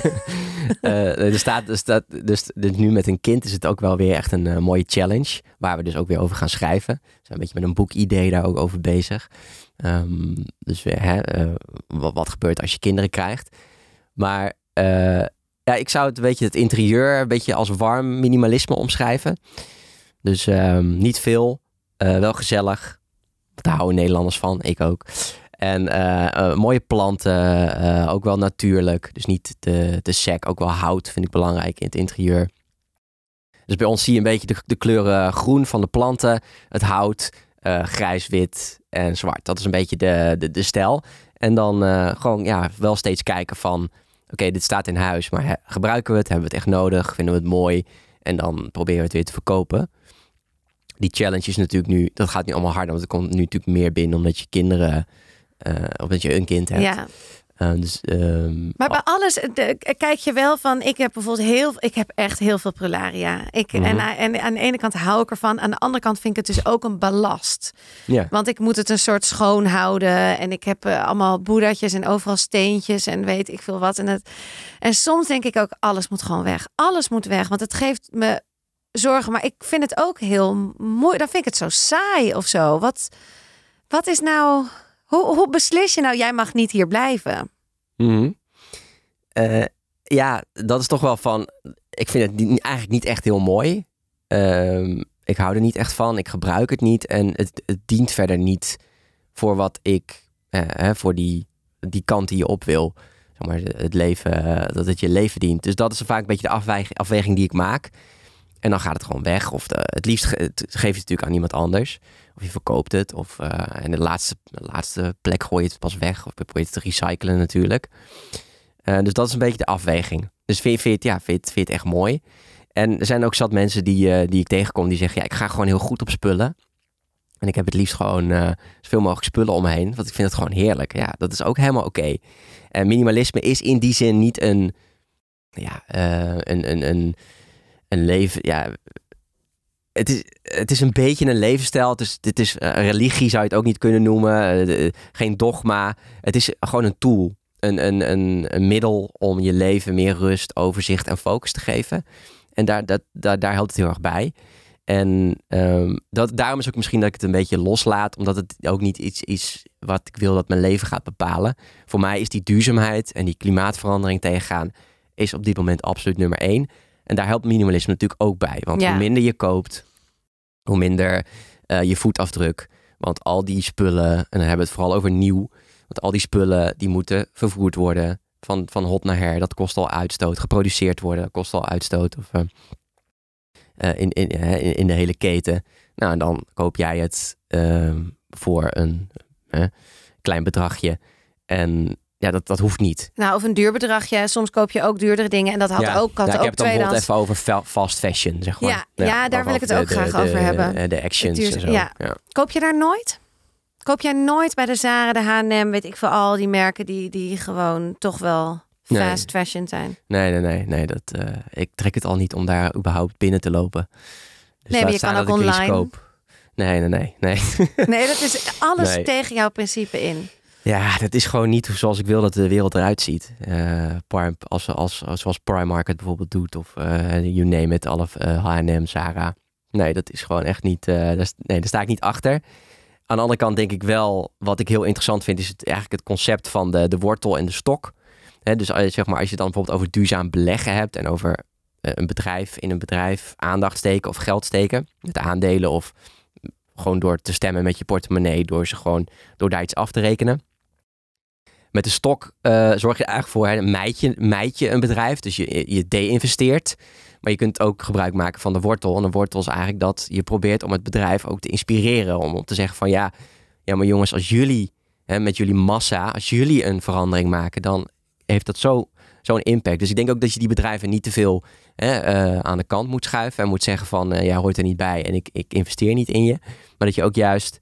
uh, er staat, er staat, dus, dus nu met een kind is het ook wel weer echt een uh, mooie challenge. Waar we dus ook weer over gaan schrijven. We zijn een beetje met een boekidee daar ook over bezig. Um, dus weer, hè, uh, wat, wat gebeurt als je kinderen krijgt. Maar uh, ja, ik zou het een beetje het interieur een beetje als warm minimalisme omschrijven. Dus um, niet veel, uh, wel gezellig. Daar houden Nederlanders van, ik ook. En uh, uh, mooie planten, uh, ook wel natuurlijk. Dus niet te, te sec, ook wel hout vind ik belangrijk in het interieur. Dus bij ons zie je een beetje de, de kleuren groen van de planten, het hout, uh, grijs, wit en zwart. Dat is een beetje de, de, de stijl. En dan uh, gewoon ja, wel steeds kijken van, oké, okay, dit staat in huis, maar he, gebruiken we het? Hebben we het echt nodig? Vinden we het mooi? En dan proberen we het weer te verkopen. Die challenge is natuurlijk nu, dat gaat nu allemaal harder, want er komt nu natuurlijk meer binnen omdat je kinderen... Uh, of dat je een kind hebt. Ja. Uh, dus, um, maar bij alles de, kijk je wel van... Ik heb bijvoorbeeld heel... Ik heb echt heel veel prularia. Ik, mm-hmm. en, en aan de ene kant hou ik ervan. Aan de andere kant vind ik het dus ook een ballast. Ja. Want ik moet het een soort schoon houden. En ik heb uh, allemaal boeddhatjes en overal steentjes. En weet ik veel wat. En, het, en soms denk ik ook, alles moet gewoon weg. Alles moet weg. Want het geeft me zorgen. Maar ik vind het ook heel mooi. Dan vind ik het zo saai of zo. Wat, wat is nou... Hoe, hoe beslis je nou, jij mag niet hier blijven? Mm-hmm. Uh, ja, dat is toch wel van... Ik vind het niet, eigenlijk niet echt heel mooi. Uh, ik hou er niet echt van. Ik gebruik het niet. En het, het dient verder niet voor wat ik... Uh, hè, voor die, die kant die je op wil. Zeg maar, het leven, uh, dat het je leven dient. Dus dat is vaak een beetje de afweging, afweging die ik maak. En dan gaat het gewoon weg. Of de, het liefst ge, het geef je het natuurlijk aan iemand anders. Of je verkoopt het. Of uh, en de laatste, de laatste plek gooi je het pas weg. Of probeer je het te recyclen natuurlijk. Uh, dus dat is een beetje de afweging. Dus vind je, vind je, ja, vind je, vind je het echt mooi. En er zijn ook zat mensen die, uh, die ik tegenkom. Die zeggen, ja, ik ga gewoon heel goed op spullen. En ik heb het liefst gewoon uh, zoveel mogelijk spullen om me heen. Want ik vind het gewoon heerlijk. Ja, dat is ook helemaal oké. Okay. En minimalisme is in die zin niet een... Ja, uh, een... een, een Een leven, ja, het is, het is een beetje een levensstijl. Het is, dit is een religie, zou je het ook niet kunnen noemen. Geen dogma. Het is gewoon een tool. Een, een, een, een middel om je leven meer rust, overzicht en focus te geven. En daar, dat, daar, daar helpt het heel erg bij. En um, dat, daarom is ook misschien dat ik het een beetje loslaat. Omdat het ook niet iets is wat ik wil dat mijn leven gaat bepalen. Voor mij is die duurzaamheid en die klimaatverandering tegengaan... is op dit moment absoluut nummer één. En daar helpt minimalisme natuurlijk ook bij. Want ja. hoe minder je koopt, hoe minder uh, je voetafdruk. Want al die spullen, en dan hebben we het vooral over nieuw. Want al die spullen die moeten vervoerd worden van, van hot naar her. Dat kost al uitstoot. Geproduceerd worden, dat kost al uitstoot. Of uh, uh, in, in, uh, in, in de hele keten. Nou, en dan koop jij het uh, voor een uh, klein bedragje. En ja, dat, dat hoeft niet. Nou, of een duur bedragje. Soms koop je ook duurdere dingen. En dat had ja, ook, had ja, ik ook heb het dan bijvoorbeeld tweedehands. even over fast fashion, zeg maar. Ja, ja, ja daar wil ik het ook de, graag de, over de, hebben. De, de actions duur, en zo. Ja. Ja. Koop je daar nooit? Koop jij nooit bij de Zara, de H en M, weet ik veel, al die merken die, die gewoon toch wel fast nee. fashion zijn? Nee, nee, nee. nee dat, uh, ik trek het al niet om daar überhaupt binnen te lopen. Dus nee, maar je kan ook online. Nee, nee, nee. Nee, nee dat is alles nee. tegen jouw principe in. Ja, dat is gewoon niet zoals ik wil dat de wereld eruit ziet. Uh, Prime, als, als, als, zoals Primark het bijvoorbeeld doet. Of uh, you name it, alle uh, H en M, Zara. Nee, dat is gewoon echt niet... Uh, daar, nee, daar sta ik niet achter. Aan de andere kant denk ik wel... Wat ik heel interessant vind... is het, eigenlijk het concept van de, de wortel en de stok. He, dus als, zeg maar, als je dan bijvoorbeeld over duurzaam beleggen hebt... en over uh, een bedrijf in een bedrijf aandacht steken of geld steken... met aandelen of gewoon door te stemmen met je portemonnee... door ze gewoon door daar iets af te rekenen... Met de stok uh, zorg je eigenlijk voor, hè, mijt, je, mijt je een bedrijf. Dus je, je de-investeert. Maar je kunt ook gebruik maken van de wortel. En de wortel is eigenlijk dat je probeert om het bedrijf ook te inspireren. Om, om te zeggen van ja, ja maar jongens, als jullie hè, met jullie massa, als jullie een verandering maken, dan heeft dat zo, zo'n impact. Dus ik denk ook dat je die bedrijven niet te veel hè, uh, aan de kant moet schuiven. En moet zeggen van uh, ja, hoort er niet bij en ik, ik investeer niet in je. Maar dat je ook juist...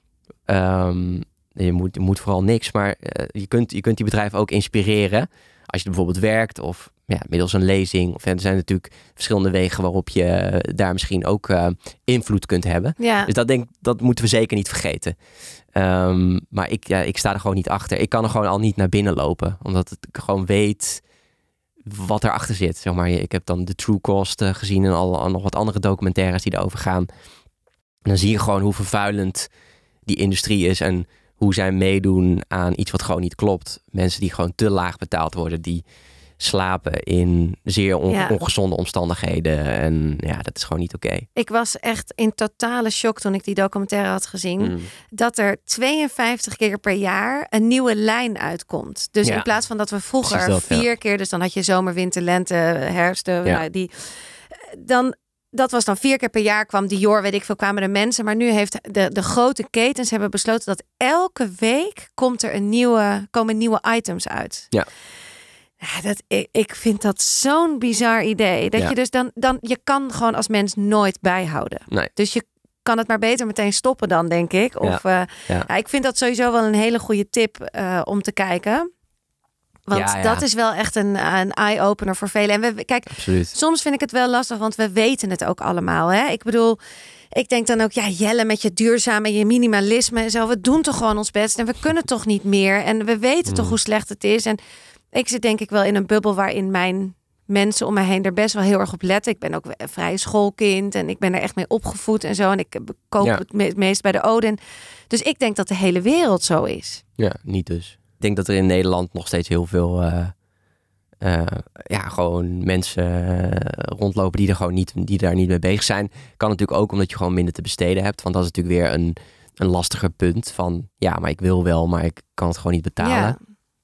Um, Je moet, je moet vooral niks, maar uh, je, kunt, je kunt die bedrijven ook inspireren. Als je bijvoorbeeld werkt of ja, middels een lezing. Of, ja, er zijn natuurlijk verschillende wegen waarop je uh, daar misschien ook uh, invloed kunt hebben. Ja. Dus dat, denk, dat moeten we zeker niet vergeten. Um, maar ik, ja, ik sta er gewoon niet achter. Ik kan er gewoon al niet naar binnen lopen. Omdat ik gewoon weet wat erachter zit. Zeg maar. Ik heb dan de True Cost uh, gezien en al, al nog wat andere documentaires die erover gaan. En dan zie je gewoon hoe vervuilend die industrie is en hoe zij meedoen aan iets wat gewoon niet klopt. Mensen die gewoon te laag betaald worden. Die slapen in zeer on- ja. ongezonde omstandigheden. En ja, dat is gewoon niet oké. Okay. Ik was echt in totale shock toen ik die documentaire had gezien. Mm. Dat er tweeënvijftig keer per jaar een nieuwe lijn uitkomt. Dus ja. in plaats van dat we vroeger dat, vier ja. keer... Dus dan had je zomer, winter, lente, herfst. Ja. Nou, die, dan... Dat was dan vier keer per jaar kwam Dior, weet ik veel, kwamen er mensen. Maar nu heeft de, de grote ketens hebben besloten dat elke week komt er een nieuwe, komen nieuwe items uit. Ja. Ja, dat, ik, ik vind dat zo'n bizar idee. Dat ja. je dus dan, dan, je kan gewoon als mens nooit bijhouden. Nee. Dus je kan het maar beter meteen stoppen dan, denk ik. Of, ja. Uh, ja. Ja, ik vind dat sowieso wel een hele goede tip uh, om te kijken. Want ja, ja. dat is wel echt een, een eye-opener voor velen. En we, kijk, Absoluut. Soms vind ik het wel lastig, want we weten het ook allemaal. Hè? Ik bedoel, ik denk dan ook, ja, Jelle met je duurzame, je minimalisme en zo. We doen toch gewoon ons best en we kunnen toch niet meer. En we weten mm. toch hoe slecht het is. En ik zit denk ik wel in een bubbel waarin mijn mensen om mij heen er best wel heel erg op letten. Ik ben ook een vrij schoolkind en ik ben er echt mee opgevoed en zo. En ik koop ja. het me- meest bij de Odin. Dus ik denk dat de hele wereld zo is. Ja, niet dus. Ik denk dat er in Nederland nog steeds heel veel uh, uh, ja, gewoon mensen uh, rondlopen die er gewoon niet, die daar niet mee bezig zijn. Kan natuurlijk ook omdat je gewoon minder te besteden hebt. Want dat is natuurlijk weer een, een lastiger punt van ja, maar ik wil wel, maar ik kan het gewoon niet betalen. Ja,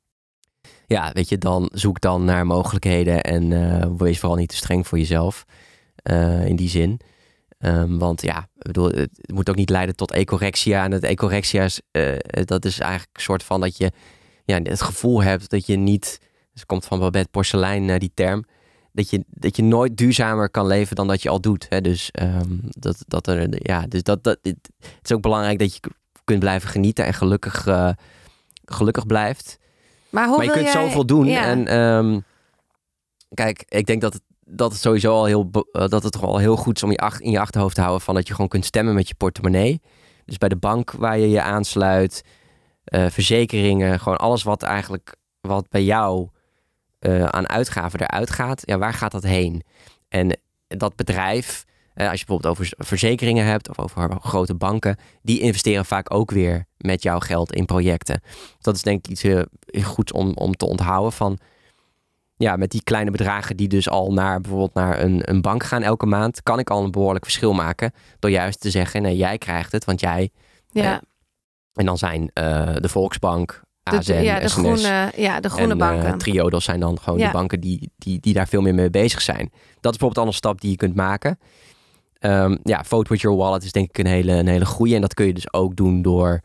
ja weet je, dan zoek dan naar mogelijkheden en uh, wees vooral niet te streng voor jezelf uh, in die zin. Um, want ja, ik bedoel, het moet ook niet leiden tot ecorexia. En het ecorexia is, uh, dat is eigenlijk een soort van dat je ja, het gevoel hebt dat je niet, het komt van Babette Porcelein, uh, die term, dat je, dat je nooit duurzamer kan leven dan dat je al doet. Hè? Dus, um, dat, dat er, ja, dus dat, dat, het is ook belangrijk dat je kunt blijven genieten en gelukkig, uh, gelukkig blijft. Maar, hoe maar je wil kunt jij... zoveel doen. Ja. En um, kijk, ik denk dat het dat het sowieso al heel, uh, dat het al heel goed is om je ach, in je achterhoofd te houden van dat je gewoon kunt stemmen met je portemonnee. Dus bij de bank waar je je aansluit, uh, verzekeringen, gewoon alles wat eigenlijk wat bij jou uh, aan uitgaven eruit gaat, ja, waar gaat dat heen? En dat bedrijf, uh, als je bijvoorbeeld over verzekeringen hebt of over grote banken, die investeren vaak ook weer met jouw geld in projecten. Dat is denk ik iets uh, goeds om, om te onthouden van. ja, met die kleine bedragen die dus al naar bijvoorbeeld naar een, een bank gaan elke maand, kan ik al een behoorlijk verschil maken. Door juist te zeggen, nee, jij krijgt het, want jij... Ja. Uh, en dan zijn uh, de Volksbank, A Z N, de, ja, de S N S groene, ja, de groene en, banken. Uh, Triodos zijn dan gewoon ja. de banken die, die, die daar veel meer mee bezig zijn. Dat is bijvoorbeeld al een stap die je kunt maken. Um, ja, Vote with your wallet is denk ik een hele, een hele goeie. En dat kun je dus ook doen door...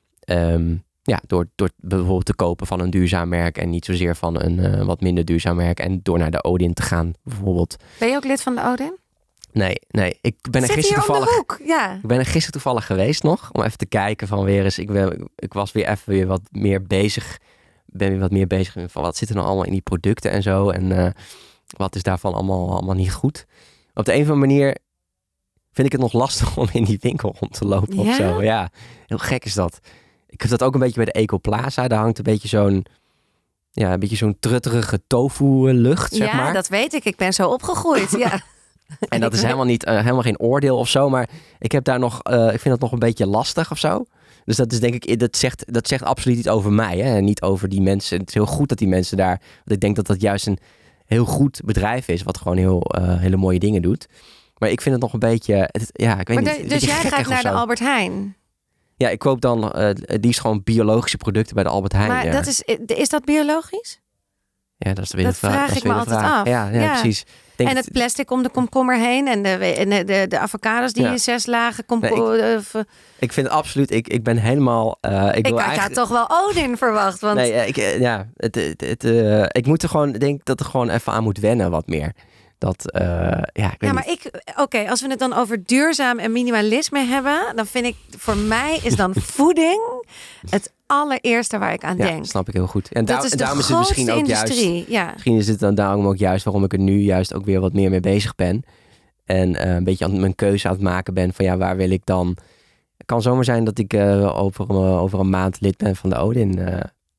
Um, Ja, door, door bijvoorbeeld te kopen van een duurzaam merk en niet zozeer van een uh, wat minder duurzaam merk. En door naar de Odin te gaan bijvoorbeeld. Ben je ook lid van de Odin? Nee, nee. Ik ben er Zit gisteren hier om de toevallig. hoek? Ja. Ik ben er gisteren toevallig geweest nog. Om even te kijken van weer eens. Ik, ben, ik was weer even weer wat meer bezig. Ben weer wat meer bezig van wat zit er nou allemaal in die producten en zo. En uh, wat is daarvan allemaal, allemaal niet goed. Op de een of andere manier vind ik het nog lastig om in die winkel rond te lopen Ja? of zo. Ja, heel gek is dat. Ik heb dat ook een beetje bij de Ecoplaza. Daar hangt een beetje zo'n, ja, een beetje zo'n trutterige tofu-lucht, zeg ja, maar. dat weet ik. Ik ben zo opgegroeid. Ja. En dat is helemaal niet, uh, helemaal geen oordeel of zo. Maar ik heb daar nog, uh, ik vind dat nog een beetje lastig of zo. Dus dat is denk ik, dat zegt, dat zegt absoluut iets over mij, hè, en niet over die mensen. Het is heel goed dat die mensen daar. Want ik denk dat dat juist een heel goed bedrijf is, wat gewoon heel uh, hele mooie dingen doet. Maar ik vind het nog een beetje, het, ja, ik weet maar niet. de, dus jij gaat naar de Albert Heijn. Ja, ik koop dan uh, liefst gewoon biologische producten bij de Albert Heijn. Maar ja. dat is, is dat biologisch? Ja, dat is weer dat de vraag. vraag dat ik is weer me de altijd vraag. af. Ja, ja, ja. precies. Denk en het plastic om de komkommer heen en de, en de, de, de avocados die ja. in zes lagen komkommer. Nee, ik, uh, ik vind het absoluut. Ik, ik ben helemaal. Uh, ik ik wil had eigenlijk... toch wel Odin verwacht. Want... Nee, uh, ik, uh, ja, het, het, het, uh, ik moet er gewoon. Denk dat er gewoon even aan moet wennen, wat meer. Dat, uh, ja, ik weet ja, maar niet. ik, oké, okay, als we het dan over duurzaam en minimalisme hebben, dan vind ik, voor mij is dan voeding het allereerste waar ik aan ja, denk. Snap ik heel goed. En, dat daar, is en de daarom is het misschien ook industrie. juist. Ja. Misschien is het dan daarom ook juist waarom ik er nu juist ook weer wat meer mee bezig ben. En uh, een beetje aan mijn keuze aan het maken ben van ja, waar wil ik dan. Het kan zomaar zijn dat ik uh, over, uh, over een maand lid ben van de Odin. Uh,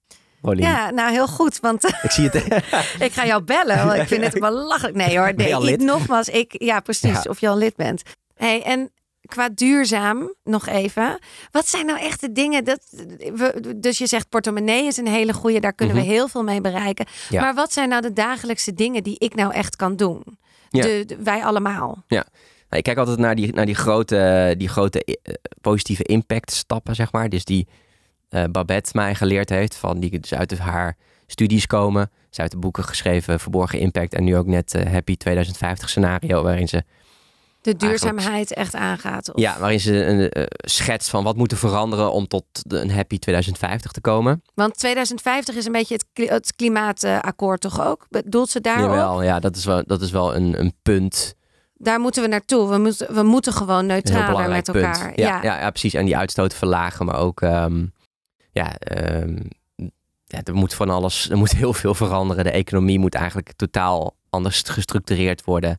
Ja, nou heel goed, want ik zie het. ik ga jou bellen, want ik vind het belachelijk. Nee hoor, nee, ik, nogmaals, ik, ja precies, ja. Of je al lid bent. Hey, en qua duurzaam, nog even. Wat zijn nou echt de dingen, dat we, dus je zegt portemonnee is een hele goede, daar kunnen mm-hmm. we heel veel mee bereiken. Ja. Maar wat zijn nou de dagelijkse dingen die ik nou echt kan doen? Ja. De, de, wij allemaal. Ja. Ik kijk altijd naar die, naar die grote, die grote uh, positieve impact stappen, zeg maar. Dus die uh, Babette mij geleerd heeft, van die dus uit haar studies komen. Ze uit de boeken geschreven, Verborgen Impact. En nu ook net uh, Happy twintig vijftig scenario, waarin ze de duurzaamheid echt aangaat. Of? Ja, waarin ze een uh, schets van wat moet er veranderen om tot de, een Happy twintig vijftig te komen. Want twintig vijftig is een beetje het, het klimaatakkoord toch ook? Bedoelt ze daarop? Jawel, ja, dat is wel, dat is wel een, een punt. Daar moeten we naartoe. We moeten, we moeten gewoon neutraler met elkaar. Punt. Ja, ja. Ja, ja, precies. En die uitstoot verlagen, maar ook um, ja, um, ja, er moet van alles, er moet heel veel veranderen. De economie moet eigenlijk totaal anders gestructureerd worden.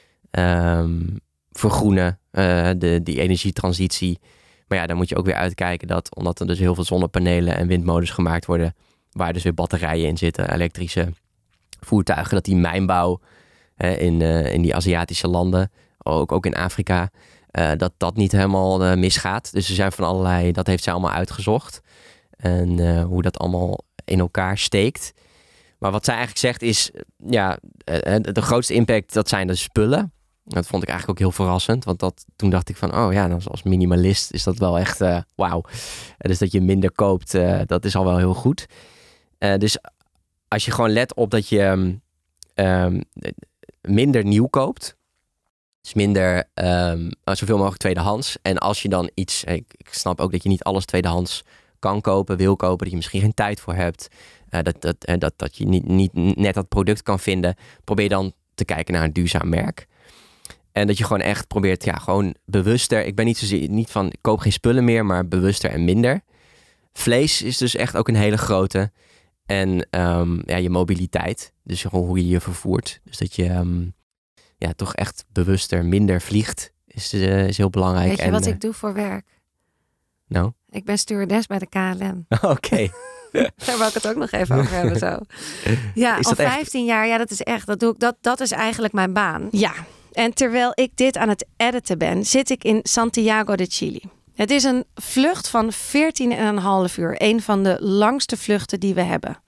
Um, vergroenen, uh, de, die energietransitie. Maar ja, dan moet je ook weer uitkijken dat, omdat er dus heel veel zonnepanelen en windmolens gemaakt worden, waar dus weer batterijen in zitten, elektrische voertuigen, dat die mijnbouw uh, in, uh, in die Aziatische landen, ook, ook in Afrika, uh, dat dat niet helemaal uh, misgaat. Dus er zijn van allerlei, dat heeft zij allemaal uitgezocht. En uh, hoe dat allemaal in elkaar steekt. Maar wat zij eigenlijk zegt is, ja, uh, de grootste impact, dat zijn de spullen. Dat vond ik eigenlijk ook heel verrassend. Want dat, toen dacht ik van, oh ja, dan als minimalist is dat wel echt uh, wauw. Dus dat je minder koopt, uh, dat is al wel heel goed. Uh, dus als je gewoon let op dat je um, um, minder nieuw koopt. Dus minder, um, zoveel mogelijk tweedehands. En als je dan iets, ik, ik snap ook dat je niet alles tweedehands kan kopen, wil kopen. Dat je misschien geen tijd voor hebt. Uh, dat, dat, uh, dat, dat je niet, niet net dat product kan vinden. Probeer dan te kijken naar een duurzaam merk. En dat je gewoon echt probeert, ja, gewoon bewuster. Ik ben niet zozeer niet van, ik koop geen spullen meer, maar bewuster en minder. Vlees is dus echt ook een hele grote. En um, ja, je mobiliteit. Dus gewoon hoe je je vervoert. Dus dat je um, ja, toch echt bewuster minder vliegt. Is, uh, is heel belangrijk. Weet je en, wat uh, ik doe voor werk? Nou? Ik ben stewardess bij de K L M. Oké. Okay. Daar wil ik het ook nog even over hebben zo. Ja, al vijftien echt? jaar. Ja, dat is echt. Dat, doe ik, dat, dat is eigenlijk mijn baan. Ja. En terwijl ik dit aan het editen ben, zit ik in Santiago de Chile. Het is een vlucht van veertien en een half uur. Een van de langste vluchten die we hebben.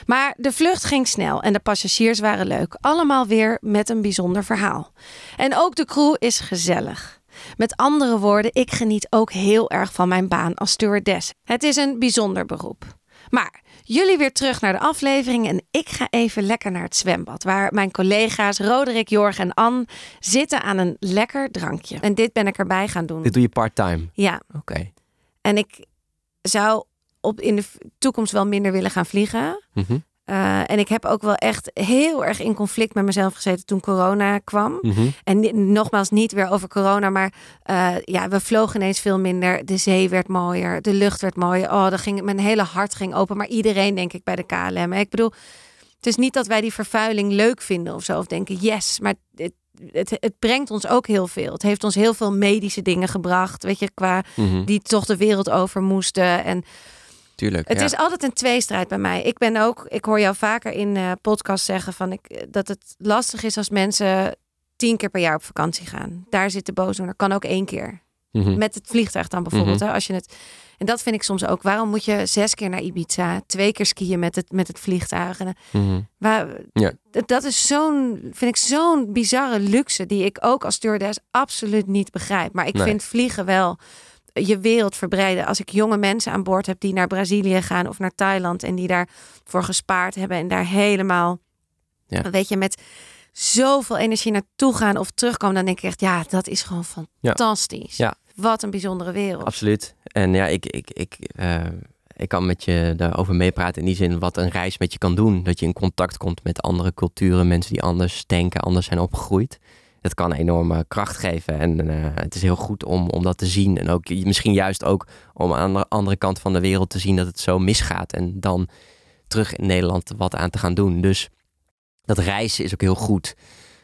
Maar de vlucht ging snel en de passagiers waren leuk. Allemaal weer met een bijzonder verhaal. En ook de crew is gezellig. Met andere woorden, ik geniet ook heel erg van mijn baan als stewardess. Het is een bijzonder beroep. Maar jullie weer terug naar de aflevering en ik ga even lekker naar het zwembad. Waar mijn collega's Roderick, Jorg en Ann zitten aan een lekker drankje. En dit ben ik erbij gaan doen. Dit doe je part-time? Ja. Oké. Okay. En ik zou op in de toekomst wel minder willen gaan vliegen. Mm-hmm. Uh, en ik heb ook wel echt heel erg in conflict met mezelf gezeten toen corona kwam. Mm-hmm. En nogmaals niet weer over corona, maar uh, ja, we vlogen ineens veel minder. De zee werd mooier, de lucht werd mooier. Oh, dan ging mijn hele hart ging open. Maar iedereen, denk ik, bij de K L M. Ik bedoel, het is niet dat wij die vervuiling leuk vinden of zo. Of denken, yes, maar het, het, het brengt ons ook heel veel. Het heeft ons heel veel medische dingen gebracht, weet je, qua mm-hmm. die toch de wereld over moesten. En Tuurlijk, het ja. is altijd een tweestrijd bij mij. Ik ben ook, ik hoor jou vaker in uh, podcasts zeggen van ik, dat het lastig is als mensen tien keer per jaar op vakantie gaan. Daar zit de boosdoener. Kan ook één keer. Mm-hmm. Met het vliegtuig dan bijvoorbeeld. Mm-hmm. Vind je het, en dat vind ik soms ook. Waarom moet je zes keer naar Ibiza, twee keer skiën met het, met het vliegtuig? En, mm-hmm. waar, ja. Dat is zo'n, vind ik zo'n bizarre luxe die ik ook als stewardess absoluut niet begrijp. Maar ik nee. vind vliegen wel je wereld verbreiden. Als ik jonge mensen aan boord heb die naar Brazilië gaan of naar Thailand en die daarvoor gespaard hebben en daar helemaal, ja. weet je, met zoveel energie naartoe gaan of terugkomen, dan denk ik echt, ja, dat is gewoon fantastisch. Ja. Wat een bijzondere wereld. Absoluut. En ja, ik, ik, ik, uh, ik kan met je daarover meepraten in die zin wat een reis met je kan doen. Dat je in contact komt met andere culturen, mensen die anders denken, anders zijn opgegroeid. Dat kan enorme kracht geven. En uh, het is heel goed om, om dat te zien. En ook misschien juist ook om aan de andere kant van de wereld te zien dat het zo misgaat. En dan terug in Nederland wat aan te gaan doen. Dus dat reizen is ook heel goed.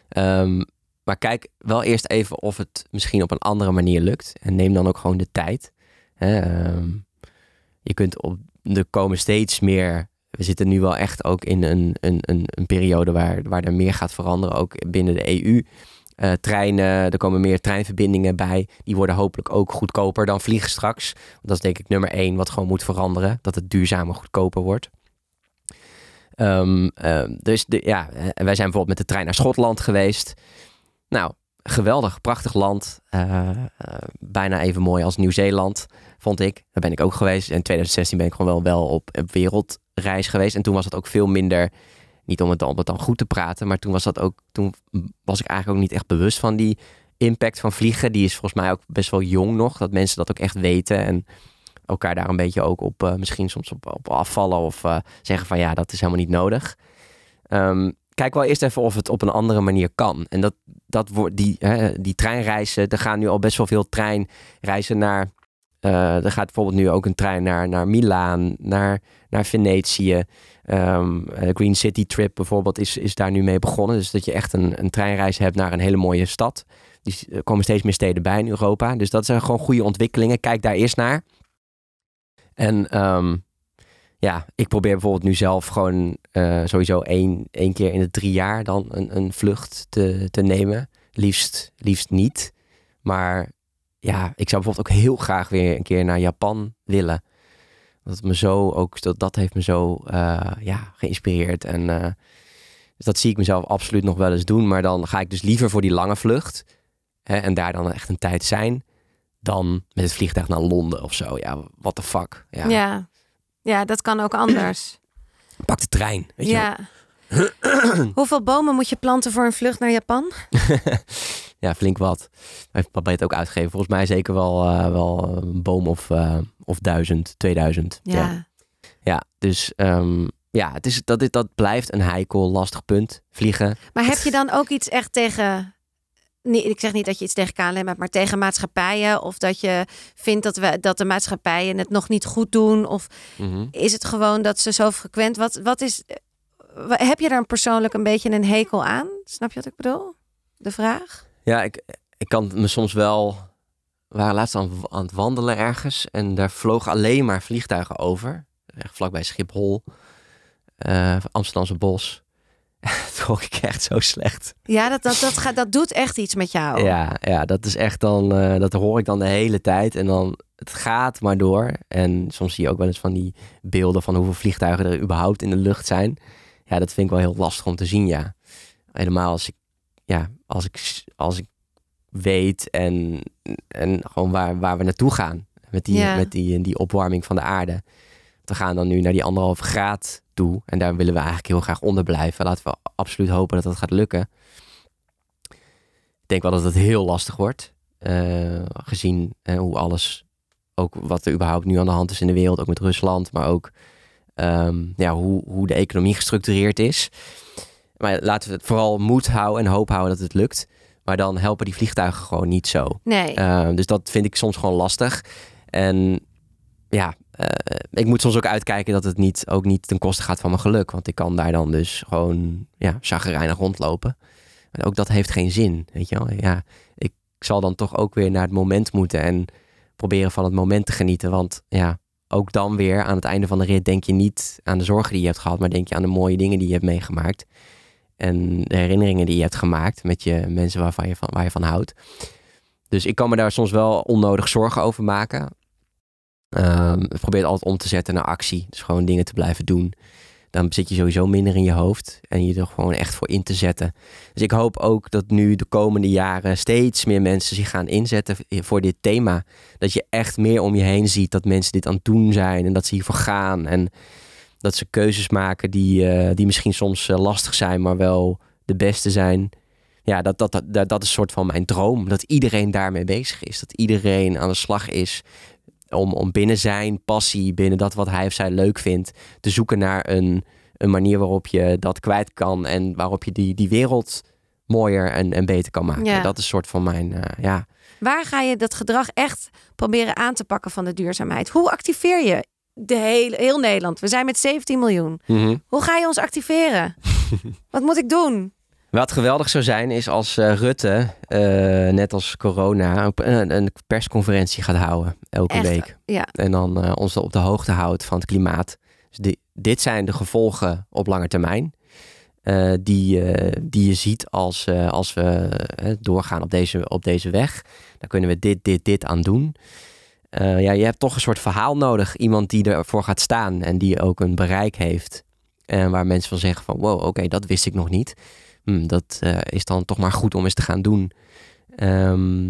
Um, maar kijk wel eerst even of het misschien op een andere manier lukt. En neem dan ook gewoon de tijd. He, um, je kunt op, er komen steeds meer. We zitten nu wel echt ook in een, een, een, een periode waar, waar er meer gaat veranderen. Ook binnen de E U. Uh, treinen, er komen meer treinverbindingen bij. Die worden hopelijk ook goedkoper dan vliegen straks. Want dat is denk ik nummer één wat gewoon moet veranderen. Dat het duurzamer goedkoper wordt. Um, uh, dus de, ja, wij zijn bijvoorbeeld met de trein naar Schotland geweest. Nou, geweldig, prachtig land. Uh, uh, bijna even mooi als Nieuw-Zeeland, vond ik. Daar ben ik ook geweest. In twintig zestien ben ik gewoon wel, wel op, op wereldreis geweest. En toen was het ook veel minder, niet om het, om het dan goed te praten, maar toen was dat ook, toen was ik eigenlijk ook niet echt bewust van die impact van vliegen. Die is volgens mij ook best wel jong nog, dat mensen dat ook echt weten en elkaar daar een beetje ook op, uh, misschien soms op, op afvallen of uh, zeggen van ja, dat is helemaal niet nodig. Um, kijk wel eerst even of het op een andere manier kan. En dat, dat wordt die, hè, die treinreizen, er gaan nu al best wel veel treinreizen naar, uh, er gaat bijvoorbeeld nu ook een trein naar, naar Milaan, naar, naar Venetië. Um, uh, Green City Trip bijvoorbeeld is, is daar nu mee begonnen. Dus dat je echt een, een treinreis hebt naar een hele mooie stad. Er komen steeds meer steden bij in Europa. Dus dat zijn gewoon goede ontwikkelingen. Kijk daar eerst naar. En um, ja, ik probeer bijvoorbeeld nu zelf gewoon uh, sowieso één, één keer in de drie jaar dan een, een vlucht te, te nemen. Liefst, liefst niet. Maar ja, ik zou bijvoorbeeld ook heel graag weer een keer naar Japan willen. Dat me zo ook, dat, dat heeft me zo uh, ja, geïnspireerd. En uh, dus dat zie ik mezelf absoluut nog wel eens doen. Maar dan ga ik dus liever voor die lange vlucht. Hè, en daar dan echt een tijd zijn. Dan met het vliegtuig naar Londen of zo. Ja, what the fuck. Ja, ja. ja dat kan ook anders. Pak de trein. Weet ja. je wel. Hoeveel bomen moet je planten voor een vlucht naar Japan? Ja, flink wat. Heeft papa het ook uitgegeven. Volgens mij zeker wel, uh, wel een boom of, uh, of duizend, tweeduizend. Ja. Ja, ja dus um, ja, het is, dat, dit, dat blijft een heikel, lastig punt. Vliegen. Maar heb je dan ook iets echt tegen, nee, ik zeg niet dat je iets tegen K L M hebt, maar tegen maatschappijen? Of dat je vindt dat, we, dat de maatschappijen het nog niet goed doen? Of mm-hmm. is het gewoon dat ze zo frequent... Wat, wat is, heb je daar persoonlijk een beetje een hekel aan? Snap je wat ik bedoel? De vraag? Ja, ik, ik kan me soms wel... We waren laatst aan, aan het wandelen ergens en daar vlogen alleen maar vliegtuigen over. Echt vlakbij Schiphol, uh, Amsterdamse Bos. Dat hoor ik echt zo slecht. Ja, dat, dat, dat, gaat, dat doet echt iets met jou. Ja, ja dat is echt dan, uh, dat hoor ik dan de hele tijd. En dan het gaat maar door. En soms zie je ook wel eens van die beelden van hoeveel vliegtuigen er überhaupt in de lucht zijn. Ja, dat vind ik wel heel lastig om te zien, ja. Helemaal als ik, ja, als ik, als ik weet en, en gewoon waar, waar we naartoe gaan. Met, die, ja. met die, die opwarming van de aarde. We gaan dan nu naar die anderhalve graad toe. En daar willen we eigenlijk heel graag onder blijven. Laten we absoluut hopen dat dat gaat lukken. Ik denk wel dat het heel lastig wordt. Uh, gezien uh, hoe alles, ook wat er überhaupt nu aan de hand is in de wereld. Ook met Rusland, maar ook um, ja, hoe, hoe de economie gestructureerd is. Maar laten we het vooral moed houden en hoop houden dat het lukt. Maar dan helpen die vliegtuigen gewoon niet zo. Nee. Uh, dus dat vind ik soms gewoon lastig. En ja, uh, ik moet soms ook uitkijken dat het niet, ook niet ten koste gaat van mijn geluk. Want ik kan daar dan dus gewoon ja, chagrijnig rondlopen. Maar ook dat heeft geen zin, weet je wel. Ja, ik zal dan toch ook weer naar het moment moeten en proberen van het moment te genieten. Want ja, ook dan weer aan het einde van de rit denk je niet aan de zorgen die je hebt gehad, maar denk je aan de mooie dingen die je hebt meegemaakt. En de herinneringen die je hebt gemaakt met je mensen waarvan je van, waar je van houdt. Dus ik kan me daar soms wel onnodig zorgen over maken. Um, ik probeer het altijd om te zetten naar actie. Dus gewoon dingen te blijven doen. Dan zit je sowieso minder in je hoofd. En je er gewoon echt voor in te zetten. Dus ik hoop ook dat nu de komende jaren steeds meer mensen zich gaan inzetten voor dit thema. Dat je echt meer om je heen ziet dat mensen dit aan het doen zijn. En dat ze hiervoor gaan. En dat ze keuzes maken die, uh, die misschien soms uh, lastig zijn, maar wel de beste zijn. Ja, dat, dat, dat, dat is een soort van mijn droom. Dat iedereen daarmee bezig is. Dat iedereen aan de slag is om, om binnen zijn passie, binnen dat wat hij of zij leuk vindt, te zoeken naar een, een manier waarop je dat kwijt kan. En waarop je die, die wereld mooier en, en beter kan maken. Ja. Dat is een soort van mijn, uh, ja. Waar ga je dat gedrag echt proberen aan te pakken van de duurzaamheid? Hoe activeer je de hele, heel Nederland? We zijn met zeventien miljoen. Mm-hmm. Hoe ga je ons activeren? Wat moet ik doen? Wat geweldig zou zijn is als uh, Rutte, uh, net als corona, een, een persconferentie gaat houden elke Echt? week. Ja. En dan uh, ons op de hoogte houdt van het klimaat. Dus di- dit zijn de gevolgen op lange termijn. Uh, die, uh, die je ziet als, uh, als we uh, doorgaan op deze, op deze weg. Dan kunnen we dit, dit, dit aan doen. Uh, ja, je hebt toch een soort verhaal nodig. Iemand die ervoor gaat staan en die ook een bereik heeft. En waar mensen van zeggen van wow, oké, okay, dat wist ik nog niet. Hm, dat uh, is dan toch maar goed om eens te gaan doen. Um,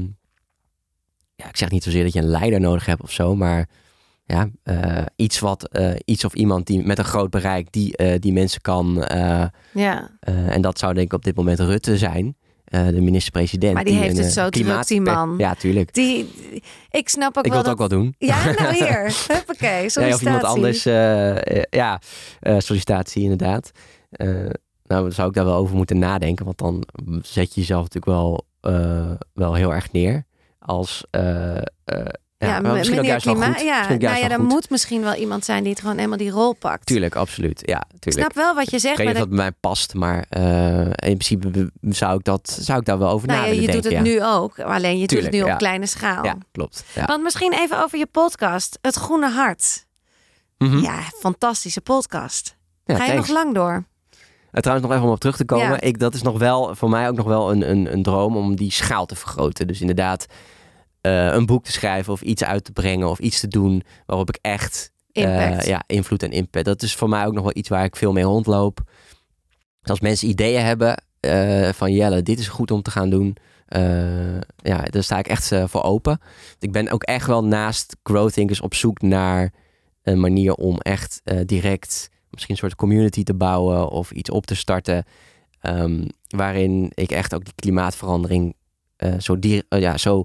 ja, ik zeg niet zozeer dat je een leider nodig hebt of zo, maar ja, uh, iets wat, uh, iets of iemand die met een groot bereik die, uh, die mensen kan. Uh, ja. Uh, en dat zou denk ik op dit moment Rutte zijn. Uh, de minister-president. Maar die, die heeft een, het zo klimaat... druk, die man. Ja, tuurlijk. Die, ik snap ook ik wel wil het dat... ook wel doen. Ja, nou hier. Huppakee, sollicitatie. Ja, of iemand anders. Uh, uh, ja, uh, sollicitatie inderdaad. Uh, nou, zou ik daar wel over moeten nadenken. Want dan zet je jezelf natuurlijk wel, uh, wel heel erg neer. Als... Uh, uh, Ja, ja, maar misschien ook juist klima- wel goed. Ja, juist nou ja, er goed. moet misschien wel iemand zijn die het gewoon helemaal die rol pakt. Tuurlijk, absoluut. Ja, tuurlijk. Ik snap wel wat je zegt. Ik weet niet dat bij mij past, maar uh, in principe zou ik, dat, zou ik daar wel over nou na ja, willen je denken. doet het ja. nu ook, alleen je tuurlijk, doet het nu op ja. kleine schaal. Ja, klopt. Ja. Want misschien even over je podcast, Het Groene Hart. Mm-hmm. Ja, fantastische podcast. Ja, Ga je thanks. nog lang door? Uh, trouwens, nog even om op terug te komen. Ja. Ik, dat is nog wel voor mij ook nog wel een, een, een droom om die schaal te vergroten. Dus inderdaad... Uh, een boek te schrijven of iets uit te brengen of iets te doen waarop ik echt uh, ja, invloed en impact. Dat is voor mij ook nog wel iets waar ik veel mee rondloop. Dus als mensen ideeën hebben uh, van Jelle, dit is goed om te gaan doen. Uh, ja, daar sta ik echt uh, voor open. Ik ben ook echt wel naast Growth Thinkers op zoek naar een manier om echt uh, direct misschien een soort community te bouwen of iets op te starten. Um, waarin ik echt ook die klimaatverandering Uh, zo, dier, uh, ja, zo,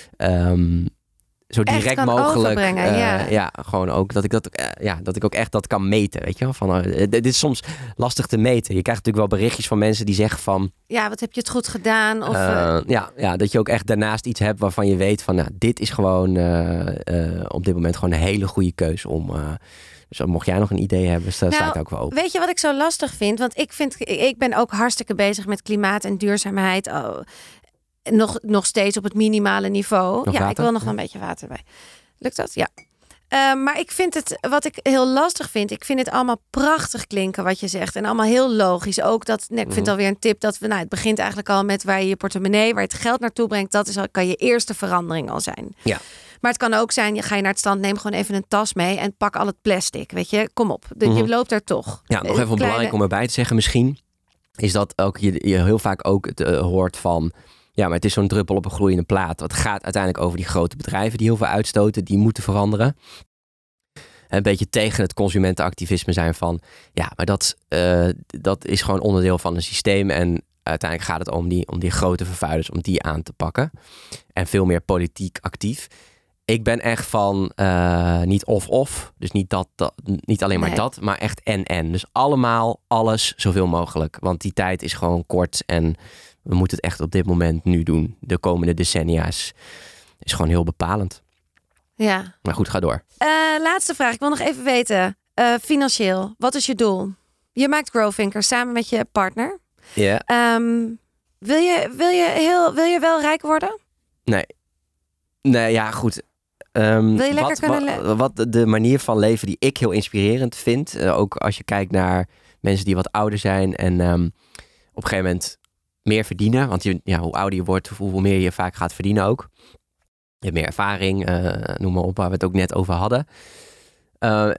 um, zo direct mogelijk. Uh, ja. ja, gewoon ook dat ik dat, uh, ja, dat ik ook echt dat kan meten. Weet je wel? Van, uh, dit is soms lastig te meten. Je krijgt natuurlijk wel berichtjes van mensen die zeggen van. Ja, wat heb je het goed gedaan? Of, uh, ja, ja, dat je ook echt daarnaast iets hebt waarvan je weet van, nou, dit is gewoon uh, uh, op dit moment gewoon een hele goede keuze om. Uh, Dus mocht jij nog een idee hebben, sta, nou, sta ik ook wel open. Weet je wat ik zo lastig vind? Want ik vind, ik ben ook hartstikke bezig met klimaat en duurzaamheid. Oh, Nog, nog steeds op het minimale niveau. Nog ja, water? ik wil nog wel een beetje water bij. Lukt dat? Ja. Uh, maar ik vind het, wat ik heel lastig vind, ik vind het allemaal prachtig klinken wat je zegt. En allemaal heel logisch. Ook dat, nee, ik vind alweer een tip dat we, nou, het begint eigenlijk al met waar je je portemonnee, waar je het geld naartoe brengt. Dat is al, kan je eerste verandering al zijn. Ja. Maar het kan ook zijn, je ga je naar het strand, neem gewoon even een tas mee en pak al het plastic. Weet je, kom op. De, mm-hmm. Je loopt daar toch. Ja, nog even kleine... belangrijk om erbij te zeggen misschien, is dat ook je, je heel vaak ook het, uh, hoort van, ja, maar het is zo'n druppel op een gloeiende plaat. Het gaat uiteindelijk over die grote bedrijven die heel veel uitstoten, die moeten veranderen. Een beetje tegen het consumentenactivisme zijn van, ja, maar dat, uh, dat is gewoon onderdeel van een systeem en uiteindelijk gaat het om die, om die grote vervuilers, om die aan te pakken. En veel meer politiek actief. Ik ben echt van uh, niet of-of. Dus niet, dat, dat, niet alleen maar nee. dat, maar echt en-en. Dus allemaal, alles, zoveel mogelijk. Want die tijd is gewoon kort en we moeten het echt op dit moment nu doen. De komende decennia's is gewoon heel bepalend. Ja. Maar goed, ga door. Uh, laatste vraag. Ik wil nog even weten. Uh, financieel, wat is je doel? Je maakt Growthinker samen met je partner. Ja. Yeah. Um, wil, je, wil, je heel, wil je wel rijk worden? Nee. Nee, ja, goed. Um, wil je lekker wat, kunnen leven? Wat, wat de manier van leven die ik heel inspirerend vind. Uh, ook als je kijkt naar mensen die wat ouder zijn. En um, op een gegeven moment meer verdienen. Want je, ja, hoe ouder je wordt, hoe meer je vaak gaat verdienen ook. Je hebt meer ervaring, uh, noem maar op, waar we het ook net over hadden. Uh,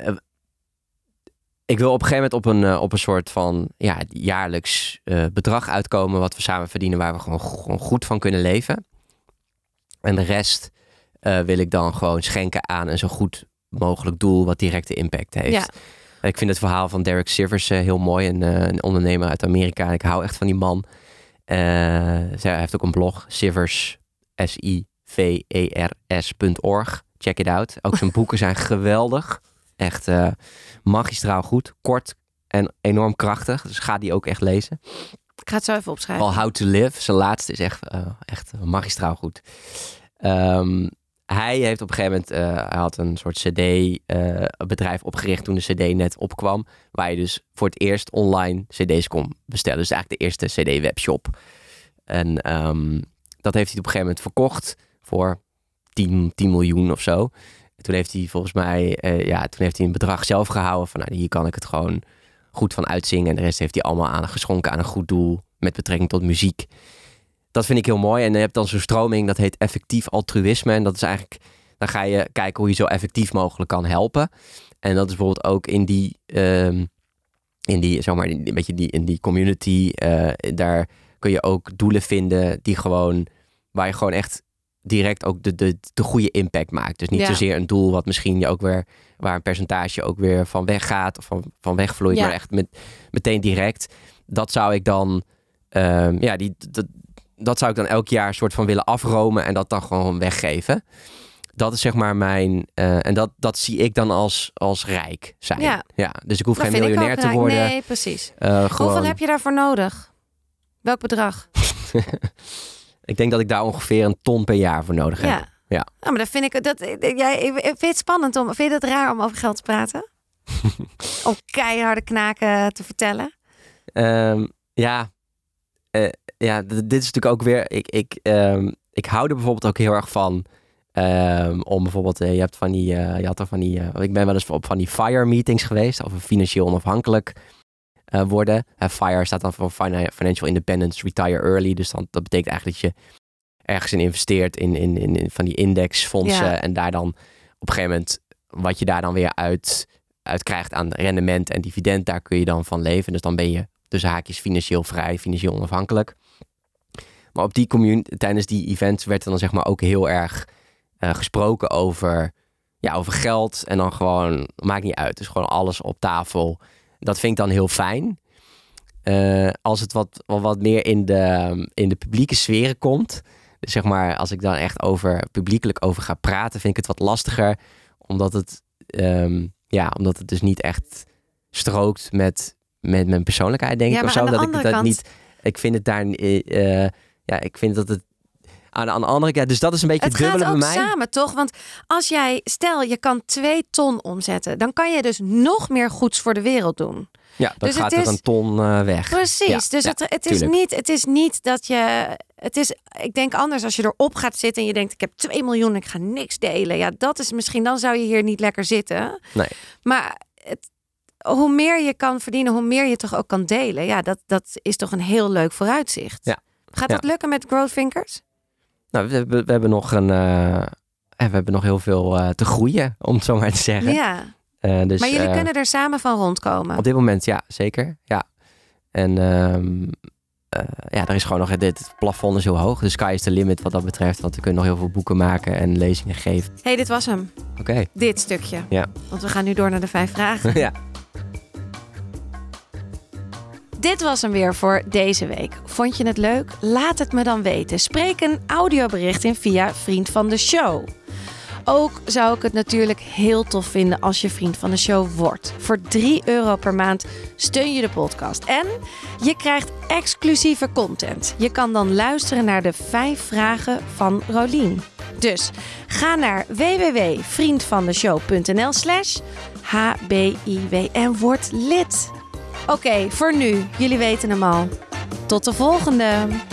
ik wil op een gegeven moment op een, uh, op een soort van ja, jaarlijks uh, bedrag uitkomen wat we samen verdienen, waar we gewoon, gewoon goed van kunnen leven. En de rest uh, wil ik dan gewoon schenken aan een zo goed mogelijk doel wat directe impact heeft. Ja. En ik vind het verhaal van Derek Sivers uh, heel mooi, een, uh, een ondernemer uit Amerika. En ik hou echt van die man. Uh, hij heeft ook een blog, Sivers, S I V E R S punt org. Check it out. Ook zijn boeken zijn geweldig. Echt uh, magistraal goed. Kort en enorm krachtig. Dus ga die ook echt lezen. Ik ga het zo even opschrijven. Al How to Live. Zijn laatste is echt, uh, echt magistraal goed. Um, hij heeft op een gegeven moment... Uh, hij had een soort cd-bedrijf uh, opgericht toen de cd net opkwam. Waar je dus voor het eerst online cd's kon bestellen. Dus eigenlijk de eerste cd-webshop. En um, dat heeft hij op een gegeven moment verkocht voor tien miljoen of zo. En toen heeft hij volgens mij, uh, ja, toen heeft hij een bedrag zelf gehouden van, nou, hier kan ik het gewoon goed van uitzingen. En de rest heeft hij allemaal aan geschonken aan een goed doel met betrekking tot muziek. Dat vind ik heel mooi. En je hebt dan zo'n stroming, dat heet effectief altruïsme. En dat is eigenlijk, dan ga je kijken hoe je zo effectief mogelijk kan helpen. En dat is bijvoorbeeld ook in die, um, in die, zeg maar, een beetje die, in die community, uh, daar kun je ook doelen vinden die gewoon, waar je gewoon echt direct ook de, de, de goede impact maakt. Dus niet ja. zozeer een doel wat misschien je ook weer, waar een percentage ook weer van weggaat of van, van wegvloeit, ja. maar echt met, meteen direct. Dat zou ik dan, um, ja, die, dat, dat zou ik dan elk jaar soort van willen afromen en dat dan gewoon weggeven. Dat is zeg maar mijn, uh, en dat, dat zie ik dan als, als rijk zijn. Ja. Ja, dus ik hoef dat geen miljonair te worden. Nee, precies. Uh, gewoon... Hoeveel heb je daarvoor nodig? Welk bedrag? Ik denk dat ik daar ongeveer een ton per jaar voor nodig heb. Ja, ja. ja maar dat vind ik, dat, jij, vind je het spannend om, vind je het raar om over geld te praten? Om keiharde knaken te vertellen? Um, ja, uh, ja, d- dit is natuurlijk ook weer, ik, ik, um, ik hou er bijvoorbeeld ook heel erg van. Um, om bijvoorbeeld, uh, je hebt van die, uh, je had er van die, uh, ik ben wel eens op van die FIRE meetings geweest, over financieel onafhankelijk uh, worden. Uh, FIRE staat dan voor Financial Independence, Retire Early. Dus dan, dat betekent eigenlijk dat je ergens in investeert in, in, in, in van die indexfondsen. Ja. En daar dan op een gegeven moment, wat je daar dan weer uit, uit krijgt aan rendement en dividend, daar kun je dan van leven. Dus dan ben je tussen haakjes financieel vrij, financieel onafhankelijk. Maar op die community, tijdens die events werd er dan zeg maar ook heel erg uh, gesproken over, ja, over geld. En dan gewoon, maakt niet uit. Dus gewoon alles op tafel. Dat vind ik dan heel fijn. Uh, als het wat, wat meer in de, in de publieke sferen komt. Dus zeg maar, als ik dan echt over publiekelijk over ga praten, vind ik het wat lastiger. Omdat het, um, ja, omdat het dus niet echt strookt met, met mijn persoonlijkheid, denk ja, ik. Of zo. Dat ik dat kant... niet. Ik vind het daar. Uh, ja, ik vind dat het. aan, aan de andere kant. Dus dat is een beetje het het dubbele bij mij. Het gaat ook samen, toch? Want als jij, stel je kan twee ton omzetten, dan kan je dus nog meer goeds voor de wereld doen. Ja, dan dus gaat het er is, een ton uh, weg. Precies. Ja, dus ja, het, het, is niet, het is niet dat je... Het is, ik denk anders als je erop gaat zitten en je denkt, ik heb twee miljoen, ik ga niks delen. Ja, dat is misschien, dan zou je hier niet lekker zitten. Nee. Maar het, hoe meer je kan verdienen, hoe meer je toch ook kan delen. Ja, dat, dat is toch een heel leuk vooruitzicht. Ja. Gaat ja. dat lukken met Growthinkers? Nou, we, we, we hebben nog een, uh, we hebben nog heel veel uh, te groeien, om het zo maar te zeggen. Ja. Uh, dus, maar jullie uh, kunnen er samen van rondkomen? Op dit moment, ja, zeker. Ja. En um, uh, ja, er is gewoon nog, dit het plafond is heel hoog. De sky is the limit wat dat betreft. Want we kunnen nog heel veel boeken maken en lezingen geven. Hey, dit was hem. Oké. Okay. Dit stukje. Ja. Want we gaan nu door naar de vijf vragen. Ja. Dit was hem weer voor deze week. Vond je het leuk? Laat het me dan weten. Spreek een audiobericht in via Vriend van de Show. Ook zou ik het natuurlijk heel tof vinden als je vriend van de show wordt. Voor drie euro per maand steun je de podcast. En je krijgt exclusieve content. Je kan dan luisteren naar de vijf vragen van Rolien. Dus ga naar w w w punt vriendvandeshow punt n l slash h b i w en word lid. Oké, okay, voor nu. Jullie weten hem al. Tot de volgende.